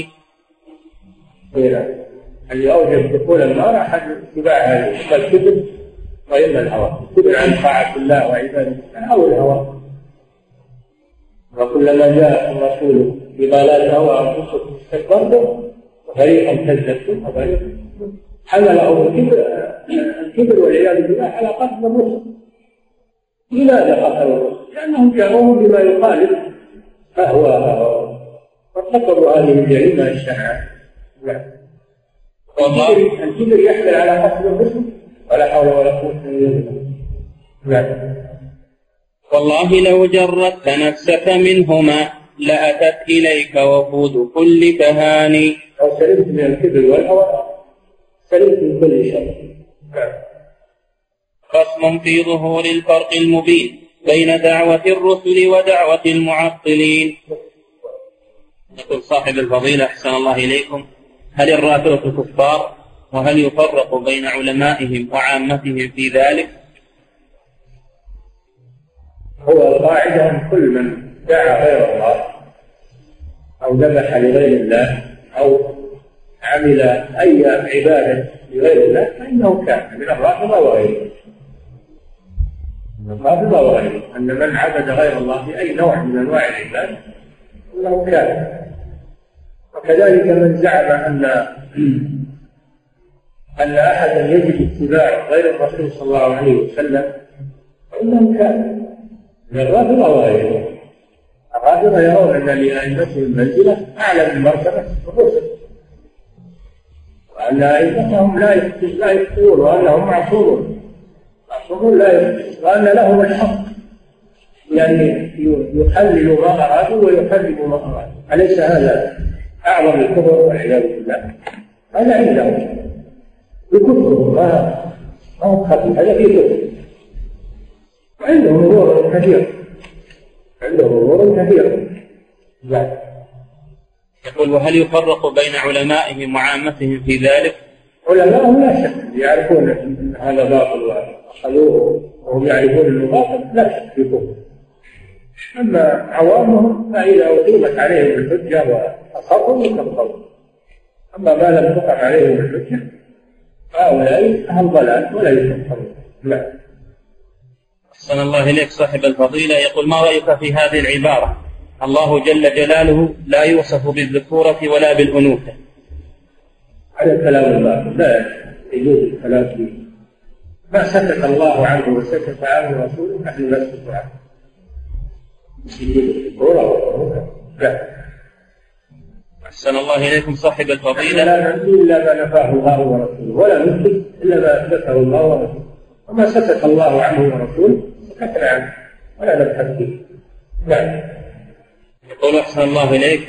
اللي أوجب دخول النار أحد اتباع هذه، إما الكبر وإما الهوى، الكبر عن طاعة الله وعباده أو الهوى. وكلما جاء الرسول بضلال هوى أنفسكم استكبرتم وفريقا كذبتم وفريقا حمله الكبر والعياذ بالله على قتل الرسل. لماذا قتلوا الرسل؟ لأنهم جاءوهم بما يخالف أهواءهم وارتكبوا هذه الجريمة الشنعاء. الكبر يحمل على قتل الرسل ولا حول ولا قوة إلا بالله. والله لو جردت نفسك منهما لأتت إليك وفود كل كهان. أو سلمت من الكبر والهوى سلمت من كل شر. قسم في ظهور الفرق المبين بين دعوة الرسل ودعوة المعطلين. يقول صاحب الفضيلة أحسن الله إليكم: هل الرافضة كفار؟ وهل يفرق بين علمائهم وعامتهم في ذلك؟ هو القاعدة أن كل من دعا غير الله أو ذبح لغير الله أو عمل أي عبادة لغير الله فإنه كافر، من الرافضة وغيره. الرافضة وغيره أن من عبد غير الله في أي نوع من أنواع العبادة فإنه كافر. وكذلك من زعم أن أحدا يجب اتباعه غير الرسول صلى الله عليه وسلم فإنه كافر، من الرافضة وغيره. الرافضة يرون أن لأئمتهم منزلة أعلى من مرتبة الرسل، وأن أئمتهم لا يخطئون، وأنهم معصومون لا يخطئون، وأن لهم الحق يعني يحللوا ما أرادوا ويحرموا ما أرادوا. أليس هذا أعظم الكفر والعياذ بالله؟ هذا عندهم بكفر ما هو خفيف، هذا فيه كفر. وعندهم أمور كثيرة، يقول: وهل يفرق بين علمائهم وعامتهم في ذلك؟ علماءهم لا شك يعرفون أن هذا باطل وأخذوه وهم يعرفون أنه باطل، لا شك في كفر. أما عوامهم فإذا أقيمت عليهم الحجة وأصروا يكفرون، أما ما لم تقم عليهم الحجة فهؤلاء أهل ضلال ولا يكفرون. لا. أحسن الله إليك صاحب الفضيلة، يقول: ما رأيك في هذه العبارة: الله جل جلاله لا يوصف بالذكورة ولا بالأنوثة؟ هذا كلام الله، لا يجوز الكلام فيه. ما سكت الله عنه وسكت عنه رسوله نحن نسكت عنه. لا. أحسن الله إليكم صاحب الفضيلة، لا ننفي إلا ما نفاه الله ورسوله، ولا نثبت إلا ما أثبته الله ورسوله، وما سكت الله عنه ورسوله سكتنا عنه ولا نبحث فيه. نعم. يقول: أحسن الله إليك،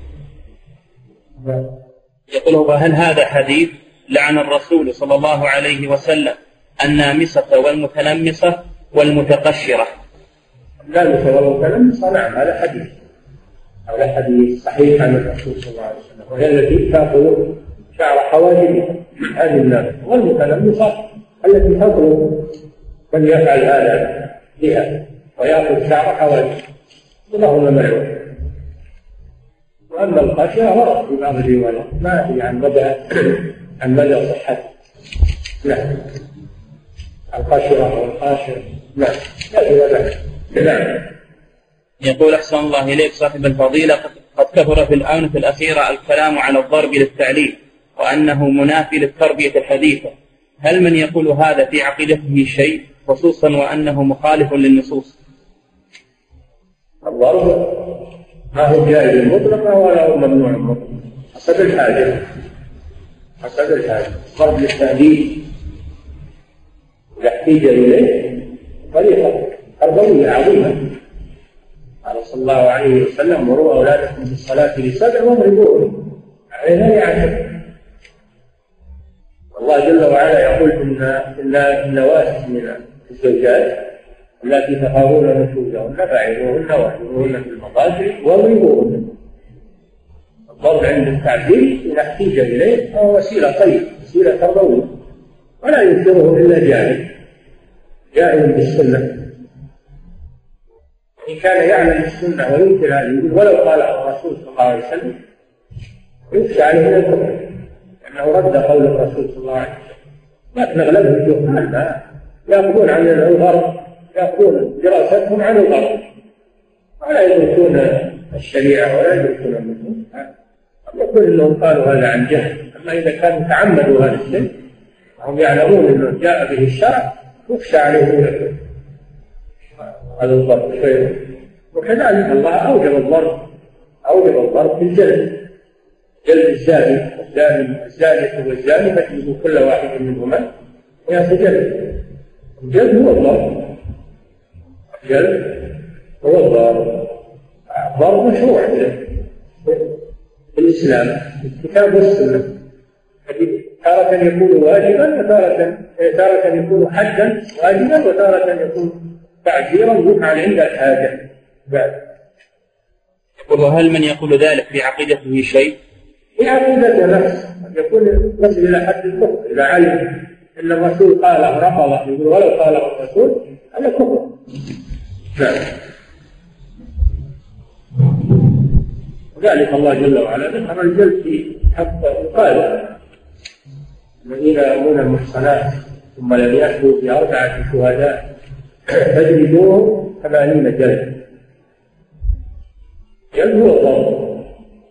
يقول: هل هذا حديث لعن الرسول صلى الله عليه وسلم النامصة والمتنمصة والمتقشرة؟ النامصة والمتنمصة نعم، هذا حديث صحيح عن الرسول صلى الله عليه وسلم، وهي التي تأخذ شعر حواجبها، هذه النامصة. والمتنمصة التي تطلب من يفعل هذا بها ويأخذ شعر حواجبه، اللهم ملعون. وأما القشرة ورد في بعض الروايات، ما هي عن مدى صحته. نعم. القشرة والقاشر نعم لا في نعم. يقول: أحسن الله إليك صاحب الفضيلة، قد كثر في الآونة الأخيرة الكلام على الضرب للتعليم وأنه منافي للتربية الحديثة، هل من يقول هذا في عقيدته شيء، خصوصا وأنه مخالف للنصوص؟ الضرب ما هو جائز مطلقا ولا هو ممنوع مطلقا، حسب الحاجة. ضرب للتأديب إذا احتيج إليه طريقة تربوية عظيمة. قال صلى الله عليه وسلم: مروا أولادكم بالصلاة لسبع واضربوهم عليها ل10. والله جل وعلا يقول: إن النواسي من الزوجات التي تخافون نشوزهن فعظوهن واهجروهن في المضاجع واضربوهن. الضرب عند التعذيب إذا احتيج إليه فهو وسيلة طيبة، وسيلة تربوية، ولا ينكره إلا جاهل بالسنة. إن كان يعلم السنة وينكر هذه ولو قاله الرسول صلى الله عليه وسلم يخشى عليه من الكفر، لأنه رد قول الرسول صلى الله عليه وسلم. لكن أغلبهم الجهال يأخذون عن الغرب، يأخذون دراستهم عن الغرب، ولا يدرسون الشريعة ولا يدرسون النصوص. يقول انهم قالوا هذا عن جهل، اما اذا كانوا تعمدوا هذا الشيء وهم يعلمون انه جاء به الشرع يخشى عليهم هذا الضرب. وكذلك الله اوجب الضرب بالجلد، جلد الزاني والزاني فاجلدوا كل واحد منهما 100 جلد. الجلد هو الضرب، الجلد هو الضرب مشروع في الإسلام الكتاب والسنة. تارة يكون واجبا تارة يكون حدا واجبا، وتارة يكون تعجيرا يفعل عند الحاجة. وهل من يقول ذلك في عقيدته شيء؟ في عقيدته نفس يكون يصل إلى حد الكفر إذا علم أن الرسول قاله رفضه، يقول ولو قاله الرسول هذا كفر. وذلك الله جل وعلا ذكر الجلد في حق القائل الذين يأمون المحصنات ثم لم يأتوا ب4 شهداء فاجلدوهم 80 جلد. جلد هو الضرب.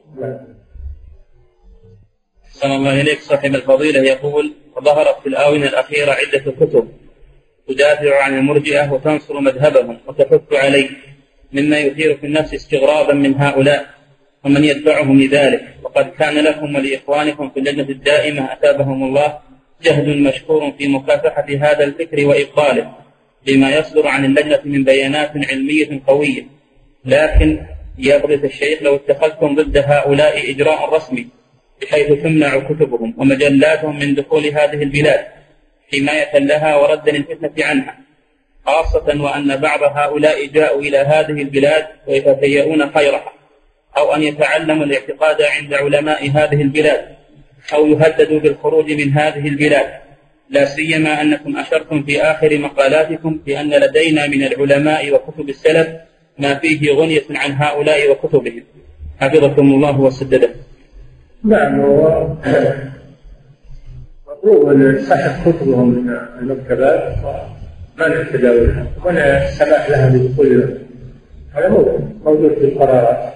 صلى الله إليك صاحب الفضيلة يقول: ظهرت في الآونة الأخيرة عدة كتب تدافع عن المرجئة وتنصر مذهبهم وتحث عليه، مما يثير في النفس استغرابا من هؤلاء ومن يتبعهم لذلك، وقد كان لكم ولإخوانكم في اللجنة الدائمة أثابهم الله جهد مشكور في مكافحة هذا الفكر وإبطاله لما يصدر عن اللجنة من بيانات علمية قوية. لكن يا فضيلة الشيخ لو اتخذتم ضد هؤلاء إجراء رسمي بحيث تمنع كتبهم ومجلاتهم من دخول هذه البلاد حماية لها وردا الفتنة عنها، خاصة وأن بعض هؤلاء جاءوا إلى هذه البلاد ويتهيئون خيرها، أو أن يتعلموا الاعتقاد عند علماء هذه البلاد، أو يهددوا بالخروج من هذه البلاد، لا سيما أنكم أشرتم في آخر مقالاتكم بأن لدينا من العلماء وكتب السلف ما فيه غنية عن هؤلاء وكتبهم، حفظكم الله وسدده. نعم، هو مطلوب أن سحب كتبهم من المكتبات ومنع تداولها ومنع السماح لها بدخول. هذا موجود في القرارات،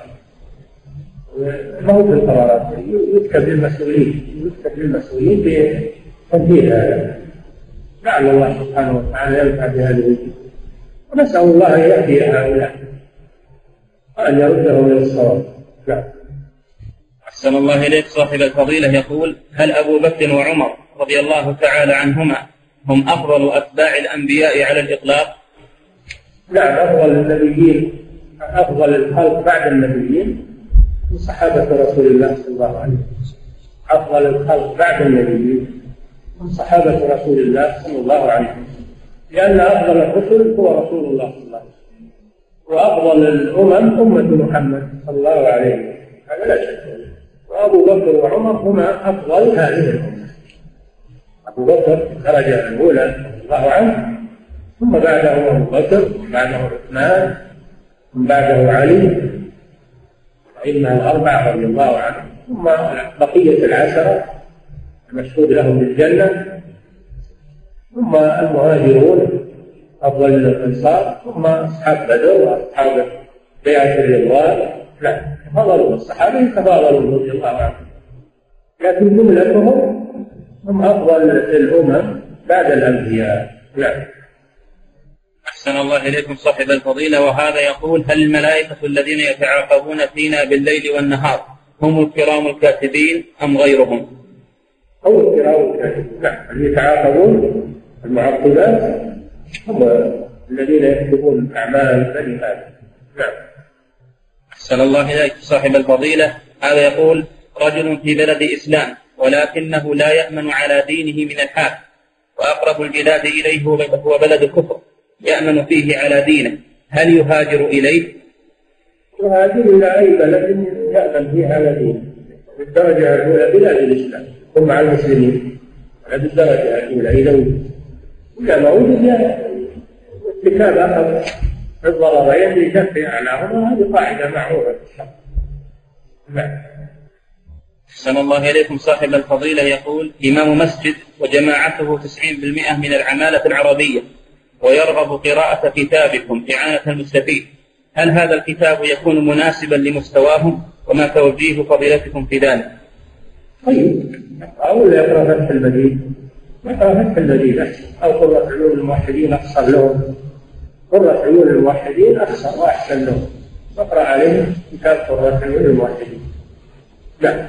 ما هو في القرارات، يكتب للمسؤولين بتنفيذ هذا. لعل الله سبحانه وتعالى ينفع بهذه الوجوه، ونسأل الله أن يهدي هؤلاء وأن يردهم إلى الصواب. أحسن الله إليك صاحب الفضيلة يقول: هل أبو بكر وعمر رضي الله تعالى عنهما هم أفضل أتباع الأنبياء على الإطلاق؟ نعم، أفضل الخلق بعد النبيين من صحابة رسول الله صلى الله عليه وسلم. أفضل الخلق بعد النبيين من صحابة رسول الله صلى الله عليه وسلم، لأن أفضل الرسل هو رسول الله صلى الله عليه وسلم، وأفضل الأمم أمة محمد صلى الله عليه وسلم، هذا لا شك. وأبو بكر وعمر هما أفضل هذه الأمة. أبو بكر الدرجة الأولى رضي الله عنه، ثم بعده أبو بكر، ثم بعده عثمان، ثم بعده علي، الأئمة الأربعة رضي الله عنهم، ثم بقية العشرة المشهود لهم بالجنة، ثم المهاجرون أفضل الأنصار، ثم أصحاب بدر وأصحاب بيعة الرضوان. لا، تفاضلوا الصحابة تفاضلوا رضي الله عنهم، لكن جملتهم هم أفضل الأمم بعد الأنبياء. لا. أحسن الله إليكم صاحب الفضيلة. وهذا يقول: هل الملائكة الذين يتعاقبون فينا بالليل والنهار هم الكرام الكاتبين أم غيرهم؟ هم الكرام الكاتبين، نعم، اللي يتعاقبون المعقبات هم الذين يكتبون أعمال بني آدم. نعم. أحسن الله إليك صاحب الفضيلة. هذا يقول: رجل في بلد إسلام ولكنه لا يأمن على دينه من الحاكم، وأقرب البلاد إليه هو بلد كفر يأمن فيه على دينه، هل يهاجر إليه؟ يهاجر إلى أي بلد يأمن فيه على دينه، بالدرجة الأولى بلاد الإسلام هم مع المسلمين، ولا بالدرجة الأولى إذا وجد، وإذا ما وجد ارتكاب أخذ الضررين لدفع أعلاهما، هذه قاعدة معروفة في الشرع. نعم. أحسن الله إليكم. صاحب الفضيلة يقول: إمام مسجد وجماعته 90% من العمالة العربية، ويرغب قراءة كتابكم إعانة المستفيد، هل هذا الكتاب يكون مناسبا لمستواهم؟ وما توجيه فضيلتكم في ذلك؟ طيب، أو يقرأ فتح المجيد، يقرأ فتح المجيد أحسن، أو قرة عيون الموحدين أحسن لهم، قرة عيون الموحدين أحسن وأحسن لهم، نقرأ عليهم كتاب قرة عيون الموحدين. لا.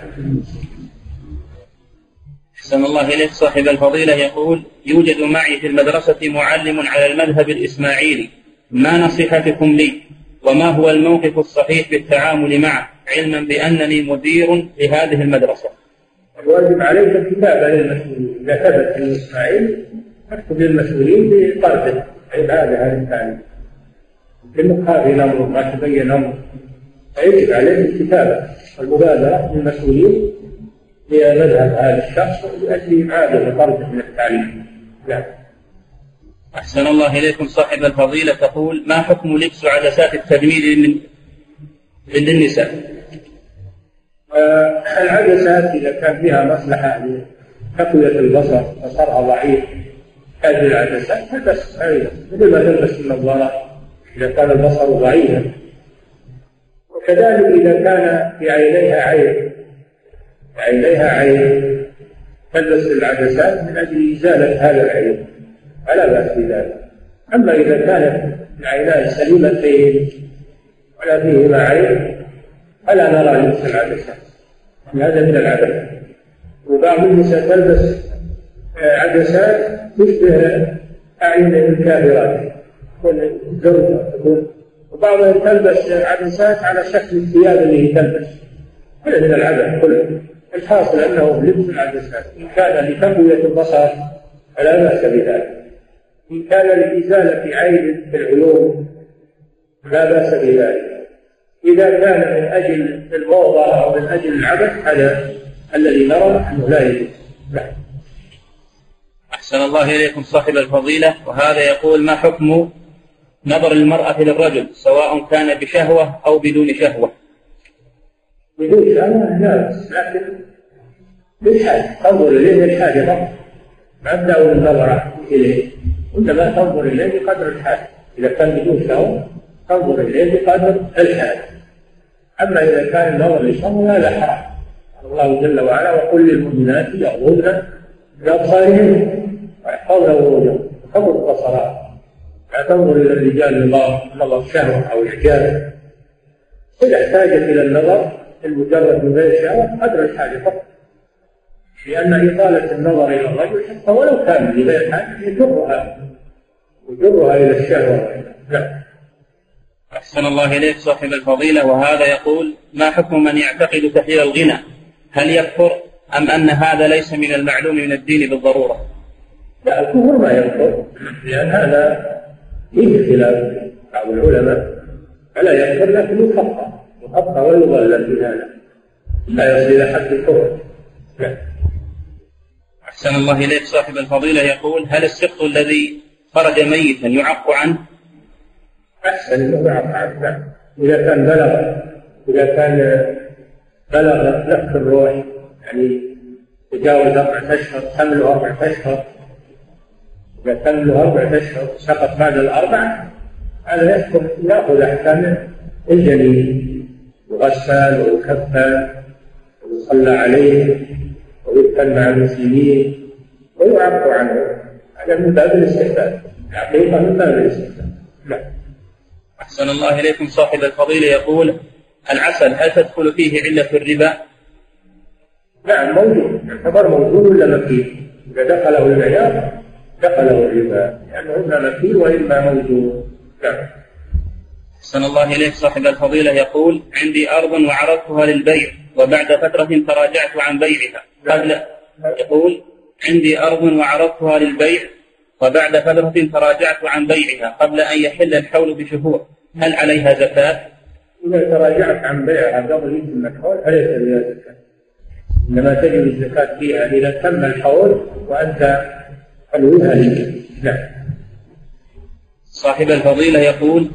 أحسن الله إليك. صاحب الفضيلة يقول: يوجد معي في المدرسة معلم على المذهب الإسماعيلي، ما نصيحتكم لي؟ وما هو الموقف الصحيح في التعامل معه، علما بأنني مدير لهذه المدرسة؟ الواجب عليك الكتابة للمسؤولين، إذا ثبت الإسماعيلي اكتب للمسؤولين بطرده عيب هذا التعليم، لأنه خافي الأمر ما تبين أمره، فيجب عليه الكتابة والمبادرة للمسؤولين لمذهب هذا الشخص لأجل إعادة طرده من التعليم. نعم. أحسن الله إليكم. صاحب الفضيلة تقول: ما حكم لبس عدسات التجميل للنساء؟ العدسات إذا كان فيها مصلحة لتقوية البصر، بصرها ضعيف، هذه العدسات تلبس أيضا مثل ما تلبس النظارات إذا كان البصر ضعيفا. وكذلك إذا كان في عينيها عين تلبس العدسات من أجل إزالة هذا العين، فلا بأس بذلك. أما إذا كانت العينان سليمتين ولا فيهما عين فلا نرى لبس العدسات، هذا من العبث. وبعض النساء تلبس عدسات تشبه أعين الكافرات تكون زوجة، وبعضهم تلبس عدسات على شكل الثياب اللي تلبس، هذا من العبث كله. الحاصل أنه لبس العدسات إن كان لتقوية البصر فلا بأس بذلك، إن كان لإزالة عين في العيون لا بأس بذلك. إذا كان من أجل الموضة أو من أجل العبث هذا الذي نرى أنه لا يجوز. أحسن الله إليكم. صاحب الفضيلة وهذا يقول: ما حكم نظر المرأة للرجل سواء كان بشهوة أو بدون شهوة؟ بدون شهوة لا بأس، لكن بالحاجة تنظر إليه بالحاجة فقط، ما تدعو النظر إليه، وإنما تنظر إليه بقدر الحاجة. إذا كان بدون شهوة تنظر إليه بقدر الحاجة. أما إذا كان النظر لشهوة لا حرج. الله جل وعلا: وقل للمؤمنات يغضضن من أبصارهن ويحفظن فروجهن ويحفظن البصرات، لا تنظر إلى الرجال نظر شهوة أو إعجاب. إذا احتاجت إلى النظر المجرد من غير شهوة قدر الحاجة فقط، لأن إطالة النظر إلى الرجل حتى ولو كان لغير حاجة يجرها إلى الشهوة. لا. أحسن الله إليك. صاحب الفضيلة وهذا يقول: ما حكم من يعتقد تحليل الغنى، هل يكفر أم أن هذا ليس من المعلوم من الدين بالضرورة؟ لا، الكفر ما يكفر، لأن هذا فيه خلاف بعض العلماء، فلا يكفر لكن يخطى ويضلل في هذا، لا يصل إلى حد الكفر. أحسن الله إليك. صاحب الفضيلة يقول: هل السقط الذي خرج ميتا يعق عنه؟ أحسن أنه يعق عنه، إذا كان بلغ نفخ الروح، يعني تجاوز 4 أشهر، حمله 4 أشهر، إذا كان له 4 أشهر سقط بعد ال4 هذا يحكم يأخذ أحكام الجنين، يغسل ويكفن ويصلى عليه ويدفن مع المسلمين ويعق عنه، هذا من باب الاستحباب، الحقيقة من باب الاستحباب. أحسن الله إليكم. صاحب الفضيلة يقول: العسل هل تدخل فيه علة الربا؟ نعم موجود، يعتبر موجود ولا مكيل، إذا دخله المعيار دخله الربا، لأنه إما مكيل وإما موجود. نعم. أحسن الله إليك. صاحب الفضيلة يقول: عندي أرض وعرضتها للبيع وبعد فترة تراجعت عن بيعها يقول: عندي أرض وعرضتها للبيع وبعد فترة تراجعت عن بيعها قبل أن يحل الحول بشهور، هل عليها زكاة؟ إذا تراجعت عن بيعها قبل يتم الحول فليس لها زكاة، إنما تجب الزكاة فيها إذا تم الحول وأنت حلوها لك. نعم. صاحب الفضيلة يقول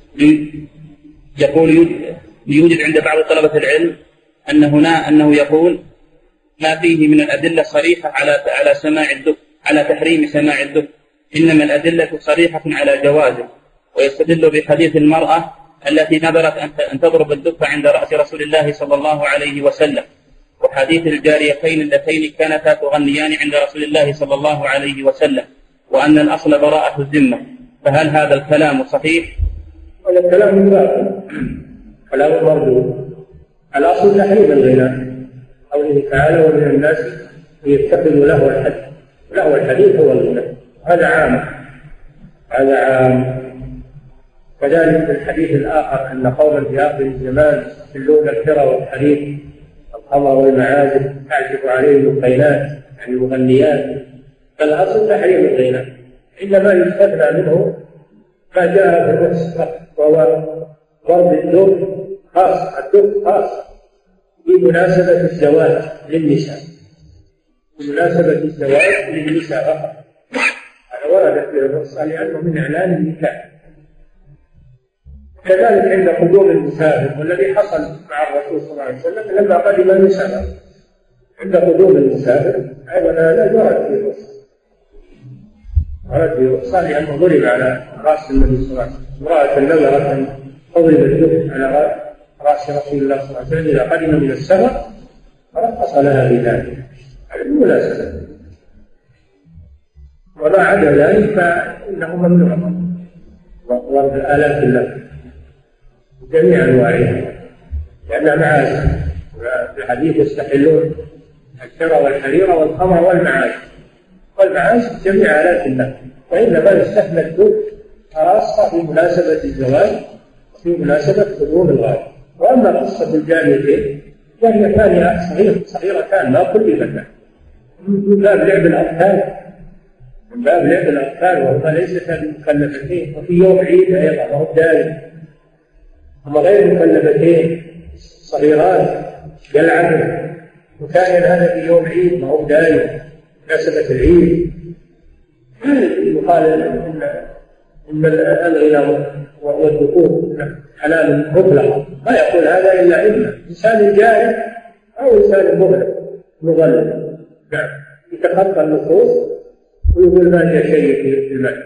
يوجد عند بعض طلبة العلم أنه يقول ما فيه من الأدلة صريحة على سماع الدف، على تحريم سماع الدف، إنما الأدلة صريحة على جوازه، ويستدل بحديث المرأة التي نذرت أن تضرب الدف عند رأس رسول الله صلى الله عليه وسلم، وحديث الجاريتين اللتين كانتا تغنيان عند رسول الله صلى الله عليه وسلم، وأن الأصل براءة الذمة. فهل هذا الكلام صحيح؟ هذا الكلام باطل، كلام مردود. الأصل تحريم الغناء، قوله تعالى ومن الناس يتخذ لهو الحديث هو الغناء. هذا عام. كذلك في الحديث الآخر أن قوما في آخر الزمان يستحلون الحرى والحرير الخمر والمعازف تعزف عليهم القينات يعني المغنيات. فالأصل تحريم الغناء، إنما يستثنى منه ما جاء في النص وهو ضرب الدف خاص بمناسبة الزواج للنساء فقط. هذا ورد في النص لأنه من إعلان النكاح. كذلك عند قدوم المسافر، والذي حصل مع الرسول صلى الله عليه وسلم لما قدم النساء عند قدوم المسافر أيضا لا يرد في النص، لأنه ضرب على رأس النبي صلى الله عليه وسلم. امرأة نذرت أن تضرب الدف على رأس رسول الله صلى الله عليه وسلم إذا قدم من السفر فرخص لها بذلك على المناسبة. وما عدا ذلك فإنه ممنوع ضرب آلات اللهو جميع أنواعها لأنها معازف. في الحديث يستحلون الحرى والحرير والخمر والمعازف جميع آلات اللهو، وإنما يستحمل الدف خاصة في مناسبة الزواج وفي مناسبة قدوم الغائب. وأما قصة الجاريتين فهي كانت صغيرتان ما كلفتان من باب لعب الأطفال وهما ليستا مكلفتين، وفي يوم عيد أيضا وهو داري، هما غير مكلفتين صغيران يلعبن، وكان هذا في يوم عيد ما هو داري مناسبة العيد. يقال إن الغنى والذكور حلال مطلق، ما يقول هذا إلا إنسان جاهل أو إنسان مغلب يتخطى النصوص ويقول ما جاء شيء في المال.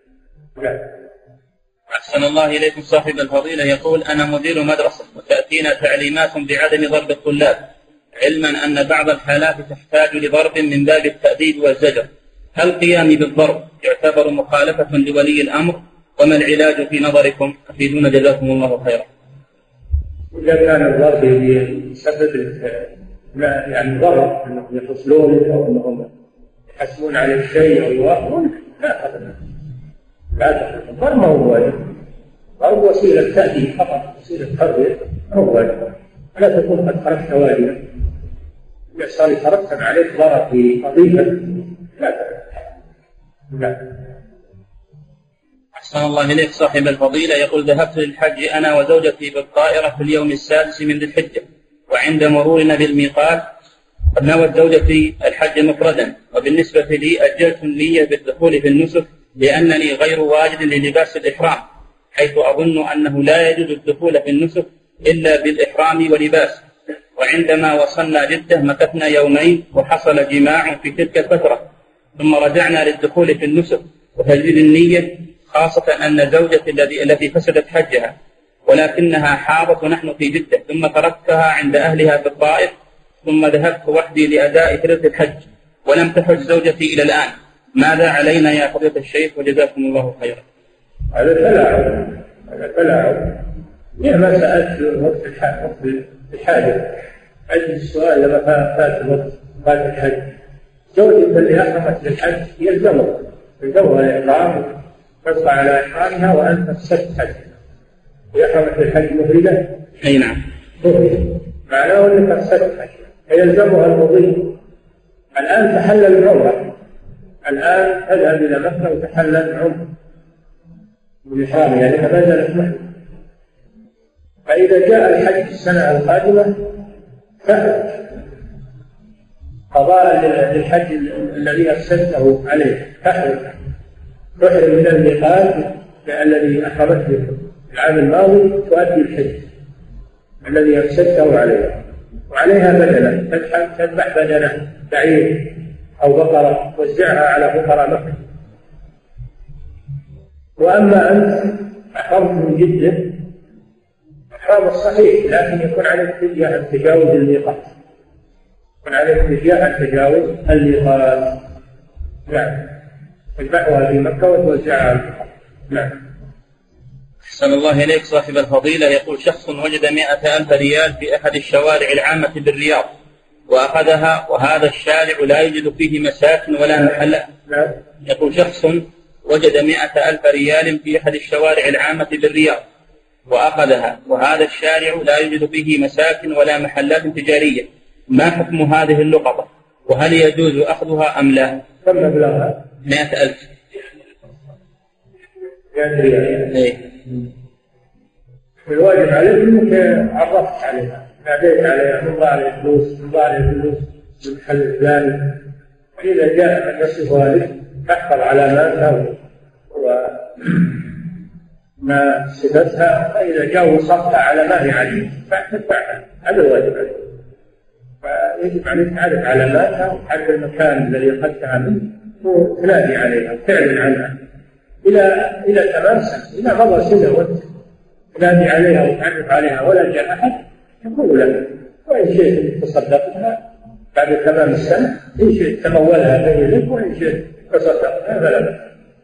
أحسن الله إليكم. صاحب الفضيلة يقول أنا مدير مدرسة وتأتينا تعليمات بعدم ضرب الطلاب، علما أن بعض الحالات تحتاج لضرب من باب التأديب والزجر، هل قيامي بالضرب يعتبر مخالفة لولي الأمر؟ وما العلاج في نظركم؟ أفيدونا جزاكم الله خيرا. إذا كان الضرب يسبب يعني ضرر أنهم يفصلونك أو أنهم يحسبون على الشيء أو يوافقون لا تفعل. الضرب ما هو واجب، الضرب وسيلة تأديب فقط، وسيلة تربية ما هو واجب. لا تكون قد خرجت واجبا، إذا صار يترتب عليك ضرر في قضية لا تفعل. أحسن الله إليك. صاحب الفضيلة يقول ذهبت للحج أنا وزوجتي بالطائرة في اليوم السادس من ذي الحجة، وعند مرورنا بالميقات قد نوت زوجتي الحج مفردا، وبالنسبة لي أجلت النية بالدخول في النسك لأنني غير واجد للباس الإحرام، حيث أظن أنه لا يجوز الدخول في النسك إلا بالإحرام ولباس. وعندما وصلنا جدة مكثنا يومين وحصل جماع في تلك الفترة، ثم رجعنا للدخول في النسك وتجديد النية، خاصة أن زوجتي التي فسدت حجها ولكنها حاضت ونحن في جدة، ثم تركتها عند أهلها في الطائف، ثم ذهبت وحدي لأداء فريضة الحج ولم تحج زوجتي إلى الآن، ماذا علينا يا فضيلة الشيخ وجزاكم الله خيرا؟ هذا تلاعب ما سألت وقت الحاجة. أجل السؤال لما فات الوقت فات الحج، زوجتي اللي أحرمت للحج يلزمها الإحرام، تبقى على إحرامها وأنت فسدت حجها. يحرمت للحج مفردة؟ أي نعم، معناه أنك فسدت حجها فيلزمها المضي. الآن تحلل العمرة، الآن تذهب إلى مكة وتحلل العمرة بالإحرام يعني ما زالت محرمة. فإذا جاء الحج السنة القادمة قضاء للحج الذي أفسدته عليه، تحرم من الميقات الذي أحرمت به العام الماضي تؤدي الحج الذي أفسدته عليه، وعليها بدنة، تذبح بدنة بعير أو بقرة توزعها على فقراء مكة. وأما أنت أحرمت من جدة إحرام الصحيح، لكن يكون عليك فدية عن تجاوز الميقات، يكون عليك فدية عن تجاوز الميقات. نعم، تذبحها في مكة وتوزعها على الفقراء. نعم. أحسن الله إليك صاحب الفضيلة. يقول شخص وجد 100,000 ريال في أحد الشوارع العامة بالرياض وأخذها، وهذا الشارع لا يوجد فيه مساكن ولا محلات. يقول شخص وجد 100,000 ريال في أحد الشوارع العامة بالرياض وأخذها، وهذا الشارع لا يوجد فيه مساكن ولا محلات تجارية، ما حكم هذه اللقطة؟ وهل يجوز أخذها أم لا؟ كم مبلغها؟ 100,000 ريال. الواجب عليك انك عرفت عليها، ناديت عليها، من ضاع فلوس بالمحل الفلاني، فإذا جاء من يصفها لك تحفظ علاماتها وما صفتها، فإذا جاء وصفتها على ما هي عليه فتدفعها. هذا الواجب عليك، فيجب عليك تعرف علاماتها وتعرف المكان الذي أخذتها منه وتنادي عليها وتعلن عنها إلى تمام سنة. إذا مضى سنة وانت تنادي عليها وتعرف عليها ولا جاء أحد يقول لك، وإن شئت تصدقتها بعد تمام السنة، إن شئت تمولها بين لك، وإن شئت تصدقتها فلا بأس.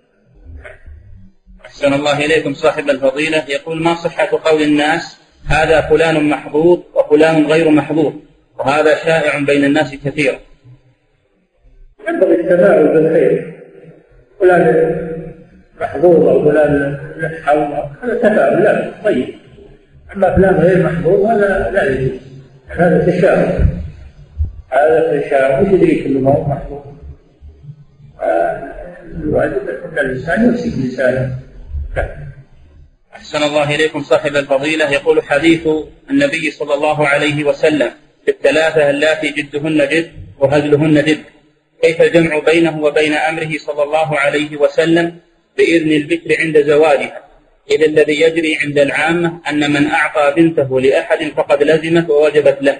أحسن الله إليكم صاحب الفضيلة. يقول ما صحة قول الناس هذا فلان محظوظ وفلان غير محظوظ، وهذا شائع بين الناس كثيرا؟ ينبغي التفاؤل بالخير، فلان محظوظ أو فلان له حظ، هذا تفاؤل لا طيب. أما فلان غير محظوظ هذا لا يجوز، هذا تشاؤم، هذا تشاؤم، وش يدريك أنه ما هو محظوظ؟ الواجب أن الإنسان يمسك لسانه. أحسن الله إليكم صاحب الفضيلة. يقول حديث النبي صلى الله عليه وسلم في الثلاثة اللاتي جدهن جد وهزلهن جد، كيف الجمع بينه وبين أمره صلى الله عليه وسلم بإذن البكر عند زواجها، إذ الذي يجري عند العامة أن من أعطى بنته لأحد فقد لزمت ووجبت له؟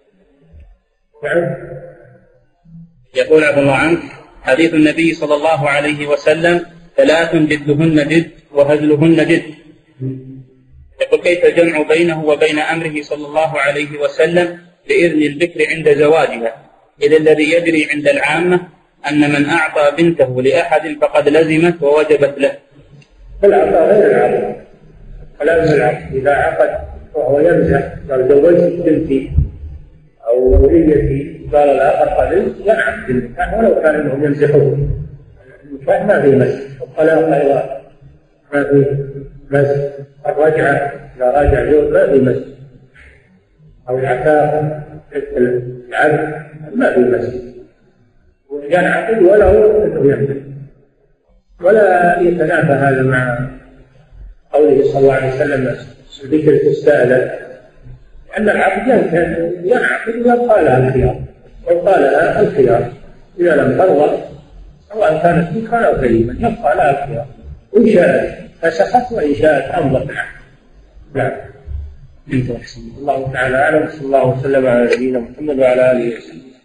يقول عفى الله عنك حديث النبي صلى الله عليه وسلم ثلاث جدهن جد وهزلهن جد، يقول كيف الجمع بينه وبين أمره صلى الله عليه وسلم بإذن البكر عند زواجها، إذ الذي يجري عند العامة أن من أعطى بنته لأحد فقد لزمت ووجبت له؟ العطاء غير العقد، كلام العقد إذا عقد وهو يمزح قال زوجت بنتي أو وليتي، قال الآخر قال ينعقد النكاح ولو كان أنهم يمزحون، النكاح ما في مزح، الطلاق أيضا ما في مزح، الرجعة إذا رجع زوج ما في مزح، أو العتاق العبد ما في مزح، ينعقد وله أنه يمزح. ولا يتنافى هذا مع قوله صلى الله عليه وسلم ذكر تستأذن، لأن العقد ينعقد ويبقى لها الخيار، ويبقى لها الخيار إذا لم ترضى، سواء كانت ذكرا أو كريما يبقى لها الخيار، إن شاءت فسخت وإن شاءت أمضت معه. نعم. الله تعالى أعلم. صلى الله وسلم على نبينا محمد وعلى آله وسلم.